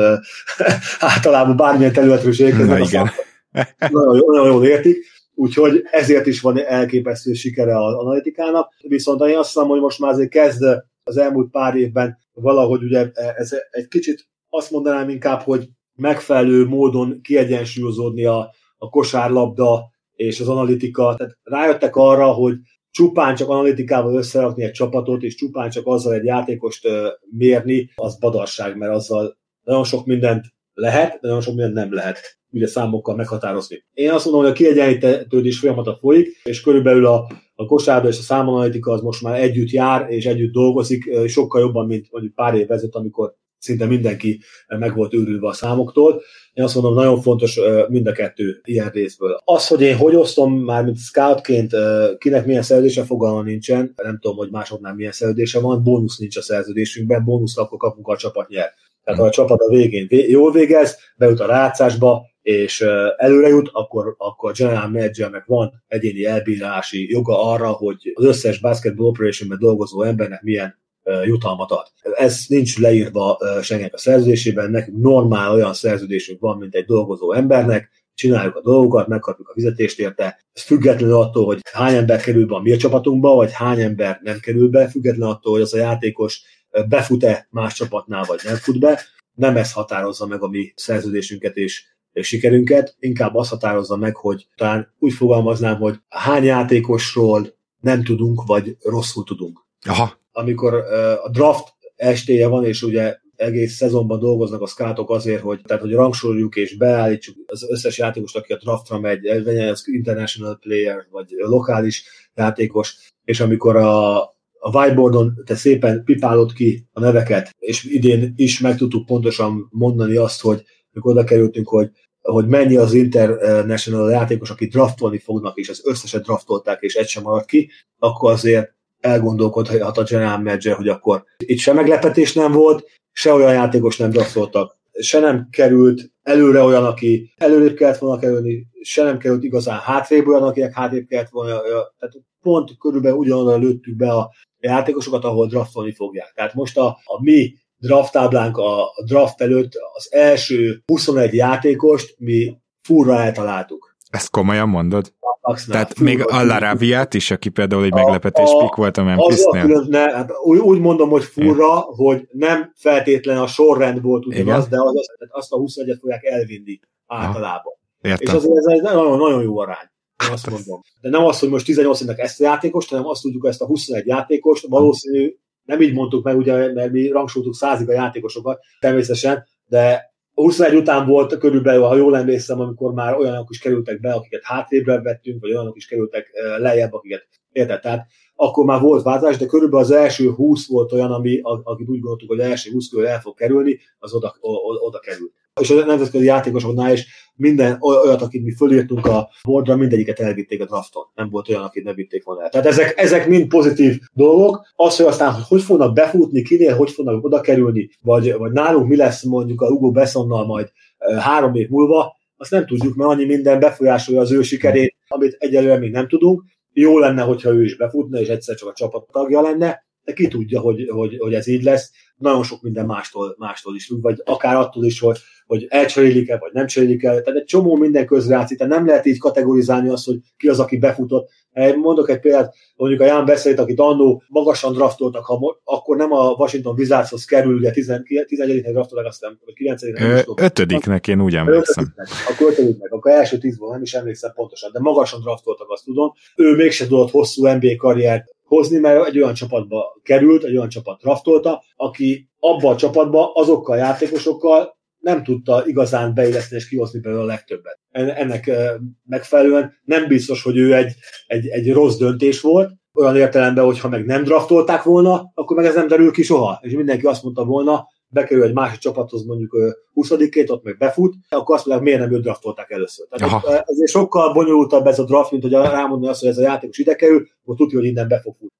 általában bármilyen területről is érkeznek a számokat. Nagyon, nagyon jól értik. Úgyhogy ezért is van elképesztő sikere az analitikának, viszont én azt hiszem, hogy most már azért kezd az elmúlt pár évben valahogy ugye ez egy kicsit azt mondanám inkább, hogy megfelelő módon kiegyensúlyozódni a, a kosárlabda és az analitika. Tehát rájöttek arra, hogy csupán csak analitikával összerakni egy csapatot, és csupán csak azzal egy játékost mérni, az badarság, mert azzal nagyon sok mindent lehet, de nagyon sok mindent nem lehet ugye számokkal meghatározni. Én azt mondom, hogy a kiegyenlítődés folyamata folyik, és körülbelül a, a kosárlabda és a számanalitika az most már együtt jár, és együtt dolgozik, sokkal jobban, mint mondjuk pár év ezelőtt, amikor szinte mindenki meg volt őrülve a számoktól. Én azt mondom, nagyon fontos mind a kettő ilyen részből. Az, hogy én hogy osztom már, mint scoutként, kinek milyen szerződése, fogalma nincsen, nem tudom, hogy másoknál milyen szerződése van, bónusz nincs a szerződésünkben, bónuszt akkor kapunk, a csapat nyer. Tehát ha a csapat a végén jól végez, bejut a rájátszásba, és előre jut, akkor, akkor a general managernek van egyéni elbírálási joga arra, hogy az összes basketball operationben dolgozó embernek milyen jutalmat ad. Ez nincs leírva senkinek a szerződésében, nekünk normál olyan szerződésünk van, mint egy dolgozó embernek, csináljuk a dolgokat, megkapjuk a fizetést érte, ez függetlenül attól, hogy hány ember kerül be a mi csapatunkba, vagy hány ember nem kerül be, függetlenül attól, hogy az a játékos befut-e más csapatnál, vagy nem fut be, nem ez határozza meg a mi szerződésünket és sikerünket, inkább azt határozza meg, hogy talán úgy fogalmaznám, hogy hány játékosról nem tudunk, vagy rosszul tudunk. Aha. Amikor uh, a draft estéje van, és ugye egész szezonban dolgoznak a scoutok azért, hogy, tehát, hogy rangsoroljuk és beállítsuk az összes játékost, aki a draftra megy, legyen az international player, vagy lokális játékos, és amikor a, a whiteboardon te szépen pipálod ki a neveket, és idén is meg tudtuk pontosan mondani azt, hogy amikor oda kerültünk, hogy, hogy mennyi az international játékos, aki draftolni fognak, és az összeset draftolták, és egy sem maradt ki, akkor azért elgondolkodhat a general manager, hogy akkor itt sem meglepetés nem volt, se olyan játékos nem draftoltak, se nem került előre olyan, aki előrébb kellett volna kerülni, se nem került igazán hátrébb olyan, akinek hátrébb kellett volna. Tehát pont körülbelül ugyanolyan lőttük be a játékosokat, ahol draftolni fogják. Tehát most a, a mi draft táblánk a, a draft előtt az első huszonegy játékost mi furra eltaláltuk. Ezt komolyan mondod? Maxnál, Tehát még Alarabiát is, aki például egy meglepetés pick volt a Memphisnél. Hát úgy, úgy mondom, hogy furra, é. hogy nem feltétlen a sorrend volt ugyanaz, de az, azt a huszonegyet fogják elvinni általában. Értem. És azért ez egy nagyon, nagyon jó arány. Én azt mondom. De nem az, hogy most tizennyolcnak ezt a játékost, hanem azt tudjuk, ezt a huszonegy játékost, valószínű, nem így mondtuk meg, ugye, mert mi rangsoltuk százig a játékosokat, természetesen, de huszonegy után volt körülbelül, ha jól emlékszem, amikor már olyanok is kerültek be, akiket hátrébre vettünk, vagy olyanok is kerültek lejjebb, akiket érted. Tehát akkor már volt változás, de körülbelül az első húsz volt olyan, ami, akit úgy gondoltuk, hogy az első húsz körül el fog kerülni, az oda, oda, oda került. És a nemzetközi játékosoknál is minden olyat, akit mi fölírtunk a boardra, mindegyiket elvitték a drafton. Nem volt olyan, akit ne vitték volna el. Tehát ezek, ezek mind pozitív dolgok. Az, hogy aztán hogy, hogy fognak befutni, kinél, hogy fognak oda kerülni, vagy, vagy nálunk mi lesz mondjuk a Hugo Bessonnal majd e, három év múlva, azt nem tudjuk, mert annyi minden befolyásolja az ő sikerét, amit egyelőre még nem tudunk. Jó lenne, hogyha ő is befutna, és egyszer csak a csapat tagja lenne, de ki tudja, hogy, hogy, hogy ez így lesz. Nagyon sok minden mástól, mástól is, vagy akár attól is, hogy, hogy elcserélik-e, vagy nem cserélik el. Tehát egy csomó minden közrejátszik, tehát nem lehet így kategorizálni azt, hogy ki az, aki befutott. Mondok egy példát, mondjuk a Jan Beszélt, akit annó magasan draftoltak, ha, akkor nem a Washington Wizardshoz kerül, ugye tizenegyediknek draftoltak, aztán vagy kilencediknek. ötödiknek én úgy emlékszem. Akkor ötödiknek, akkor első tízból nem is emlékszem pontosan, de magasan draftoltak, azt tudom. Ő mégsem tudott hosszú en bé á karriert hozni, mert egy olyan csapatba került, egy olyan csapat draftolta, aki abba a csapatba azokkal a játékosokkal nem tudta igazán beilleszteni és kihozni belőle a legtöbbet. Ennek megfelelően nem biztos, hogy ő egy, egy, egy rossz döntés volt, olyan értelemben, hogy ha meg nem draftolták volna, akkor meg ez nem derül ki soha. És mindenki azt mondta volna, bekerül egy másik csapathoz mondjuk huszadikét, ott meg befut, akkor azt mondják, miért nem őt draftolták először. Tehát ezért sokkal bonyolultabb ez a draft, mint hogy rámondani azt, hogy ez a játékos ide kerül, akkor tudja, hogy innen be fog futni. Nem,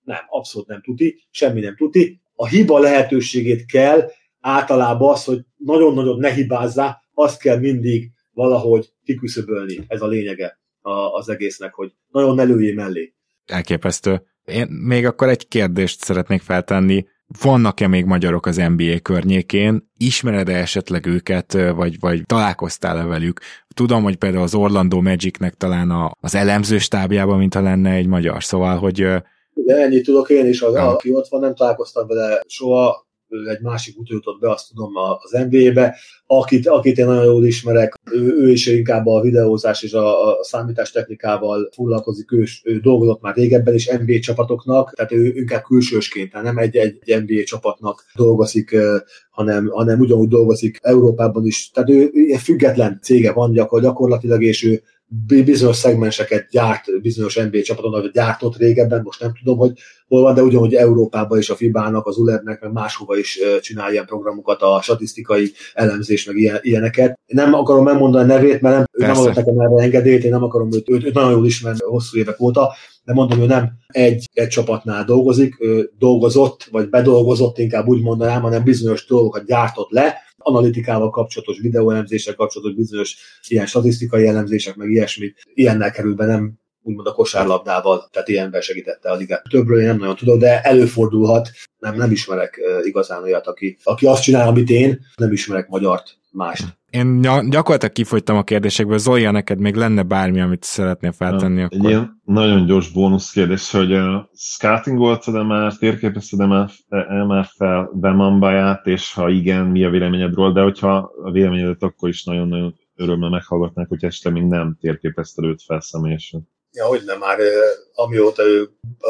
abszolút nem tuti, semmi nem tuti. A hiba lehetőségét kell általában az, hogy nagyon-nagyon ne hibázzá, azt kell mindig valahogy kiküszöbölni. Ez a lényege az egésznek, hogy nagyon ne lőjé mellé. Elképesztő. Én még akkor egy kérdést szeretnék feltenni. Vannak-e még magyarok az en bé á környékén? Ismered-e esetleg őket, vagy, vagy találkoztál-e velük? Tudom, hogy például az Orlando Magicnek talán a, az elemző stábjában, mintha lenne egy magyar, szóval, hogy... De ennyit tudok én is, az, aki ott van, nem találkoztam vele soha, egy másik út jutott be, azt tudom, az en bé á-be, akit, akit én nagyon jól ismerek, ő, ő is inkább a videózás és a, a számítástechnikával foglalkozik, ő, ő dolgozott már régebben is en bé á csapatoknak, tehát ő inkább külsősként, tehát nem egy, egy en bé á csapatnak dolgozik, hanem, hanem ugyanúgy dolgozik Európában is, tehát ő ilyen független cége van gyakorlatilag, és ő bizonyos szegmenseket gyárt bizonyos en bé á csapaton, vagy gyártott régebben, most nem tudom, hogy hol van, de ugyanúgy Európában is a fibának, az u el e dé-nek, meg máshova is csinál ilyen programokat, a statisztikai elemzés, meg ilyen, ilyeneket. Nem akarom megmondani a nevét, mert nem, ő nem adott nekem erre engedélyt, én nem akarom őt, őt, őt nagyon jól ismerni hosszú évek óta, de mondom, hogy nem egy, egy csapatnál dolgozik, ő dolgozott, vagy bedolgozott, inkább úgy mondanám, hanem bizonyos dolgokat gyártott le, analitikával kapcsolatos, videóelemzéssel kapcsolatos bizonyos ilyen statisztikai elemzések, meg ilyesmit, ilyennel került be, nem úgymond a kosárlabdával, tehát ilyenben segítette a ligát. Többről én nem nagyon tudok, de előfordulhat, nem, nem ismerek uh, igazán olyat, aki, aki azt csinál, amit én, nem ismerek magyart, mást. Én gyakorlatilag kifogytam a kérdésekből. Zolja, neked még lenne bármi, amit szeretnél feltenni? Ja, akkor? Egy ilyen nagyon gyors bónusz kérdés, hogy uh, scoutingoltad-e már, térképezted-e már, e, már fel Bemambaját, és ha igen, mi a véleményedről, de hogyha a véleményedet akkor is nagyon-nagyon örömmel meghallgatnák, hogy esetleg még nem térképezted őt fel személyesen. Ja, hogy nem már, amióta ő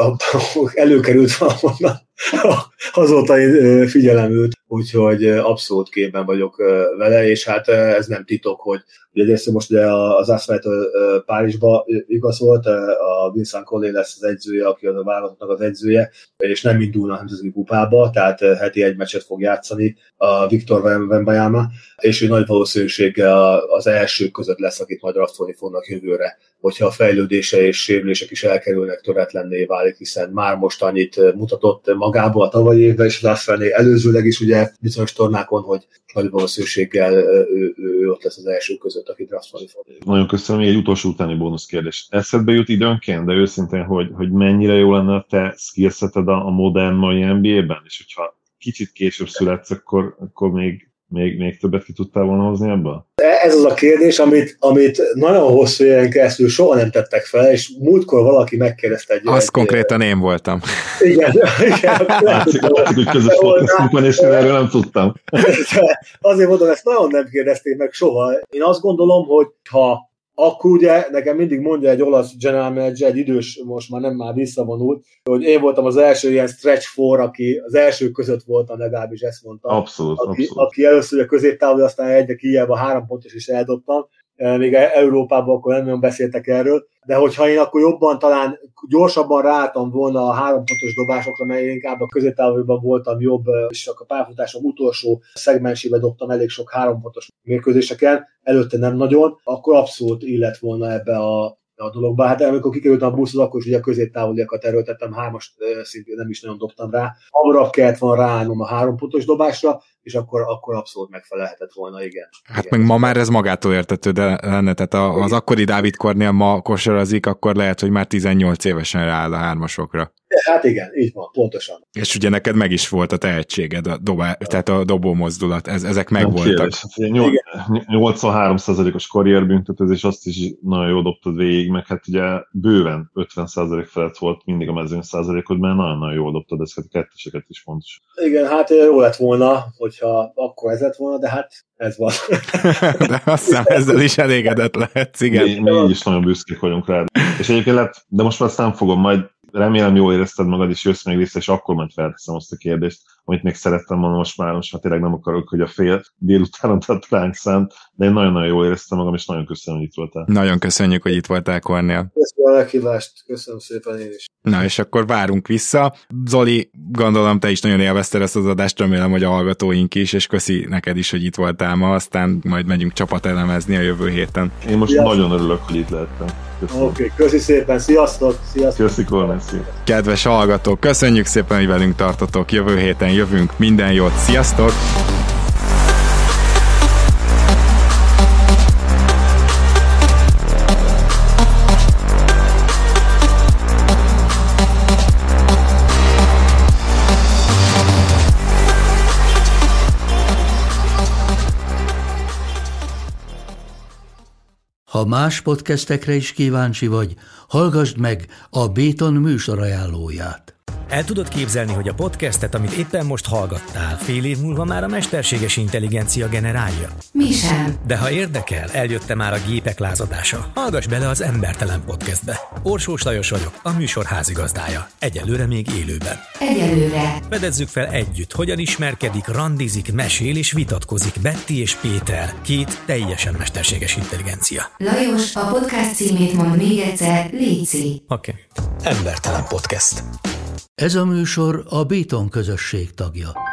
előkerült valahonnan, azóta én figyelem őt, úgyhogy abszolút képben vagyok vele, és hát ez nem titok, hogy ugye egyrészt most ugye az Asphalt Párizsba igazolt, a Vincent Collet lesz az edzője, aki az a válogatottnak az edzője, és nem indulna a nemzetközi kupába, tehát heti egy meccset fog játszani a Victor Wembanyama, és ő nagy valószínűséggel az első között lesz, akit majd draftolni fognak jövőre, hogyha a fejlődése és sérülések is elkerülnek, töretlenné válik, hiszen már most annyit mutatott magából a tavalyi évben, és az Asphalt előzőleg is ugye bizonyos tornákon, hogy nagy valószínűséggel ő, ő, ő ott lesz az első között, aki draftolni fog. Nagyon köszönöm, egy utolsó utáni bónusz kérdés. Eszedbe jut időnként, de őszintén, hogy, hogy mennyire jó lenne a te skillseted a, a modern mai en bé á-ben, és hogyha kicsit később születsz, akkor, akkor még, még, még többet ki tudtál volna hozni ebből? Ez az a kérdés, amit, amit nagyon hosszú éven keresztül soha nem tettek fel, és múltkor valaki megkérdezte egy... Az egy konkrétan én voltam. Igen, igen. Látszik, hogy közös podcastunk van, és én erről nem tudtam. Azért mondom, ezt nagyon nem kérdezték meg soha. Én azt gondolom, hogy ha akkor ugye nekem mindig mondja egy olasz general manager, egy idős, most már nem már visszavonult, hogy én voltam az első ilyen stretch four, aki az első között voltam, legalábbis ezt mondta. Abszolút, aki, abszolút. aki először a középtávol, aztán egyre kijebb a három pontos is eldobtam. Még Európában akkor nem nagyon beszéltek erről, de hogyha én akkor jobban, talán gyorsabban ráálltam volna a három pontos dobásokra, mert én inkább a középtávolban voltam jobb, és csak a pályafutásom utolsó szegmensébe dobtam elég sok három pontos mérkőzéseken, előtte nem nagyon, akkor abszolút illett volna ebbe a a dologba. Hát amikor kikerültem a buszhoz, akkor is ugye a középtávoliakat erőltettem, hármas szintén nem is nagyon dobtam rá. Hamarabb kellett volna ráállnom a három pontos dobásra, és akkor, akkor abszolút megfelelhetett volna, igen. Hát igen. meg ma már ez magától értetődő lenne, tehát a, az akkori Dávid Kornél ma kosarazik, akkor lehet, hogy már tizennyolc évesen rááll a hármasokra. Hát igen, így van, pontosan. És ugye neked meg is volt a tehetséged, a dobá, tehát a dobó mozdulat, ez, ezek megvoltak. nyolcvanhárom százalékos karrierbüntetőzés, azt is nagyon jól dobtad végig, meg hát ugye bőven ötven százalék felett volt mindig a mezőny százalékod, mert nagyon-nagyon jól dobtad ezeket a ketteseket is fontos. Igen, hát jó lett volna, hogyha akkor ez lett volna, de hát ez van. De azt hiszem, ezzel is elégedett lehetsz, igen. Mi, mi így is nagyon büszkék vagyunk rá. És egyébként lett, de most már ezt nem fogom, majd remélem jól érezted magad, és jössz még vissza, és akkor majd felteszem azt a kérdést. amit még szerettem volna, most már, most már tényleg nem akarok, hogy a fél délutánon tett ránk szánt, de én nagyon-nagyon jól éreztem magam, és nagyon köszönöm, hogy itt voltál. Nagyon köszönjük, hogy itt voltál, Kornél. Köszönöm a meghívást, köszönöm szépen én is. Na, és akkor várunk vissza. Zoli, gondolom, te is nagyon élvezted ezt az adást, remélem, hogy a hallgatóink is, és köszi neked is, hogy itt voltál ma, aztán majd megyünk csapatelemezni a jövő héten. Én most Sziasztok. Nagyon örülök, hogy itt lehettem. Oké, okay, köszi szépen, sziasztok! Sziasztok! Köszi, Kornél, szia. Kedves hallgatók, köszönjük szépen, hogy velünk tartotok. Jövő héten jövünk. Minden jót, sziasztok! Ha más podcastekre is kíváncsi vagy, hallgassd meg a Béton műsor ajánlóját. El tudod képzelni, hogy a podcastet, amit éppen most hallgattál, fél év múlva már a mesterséges intelligencia generálja? Mi sem. De ha érdekel, eljötte már a gépek lázadása. Hallgass bele az Embertelen Podcastbe. Orsós Lajos vagyok, a műsor házigazdája. Egyelőre még élőben. Egyelőre. Fedezzük fel együtt, hogyan ismerkedik, randizik, mesél és vitatkozik Betty és Péter, két teljesen mesterséges intelligencia. Lajos, a podcast címét mond még egyszer, léci. Oké. Okay. Embertelen Podcast. Ez a műsor a Béton közösség tagja.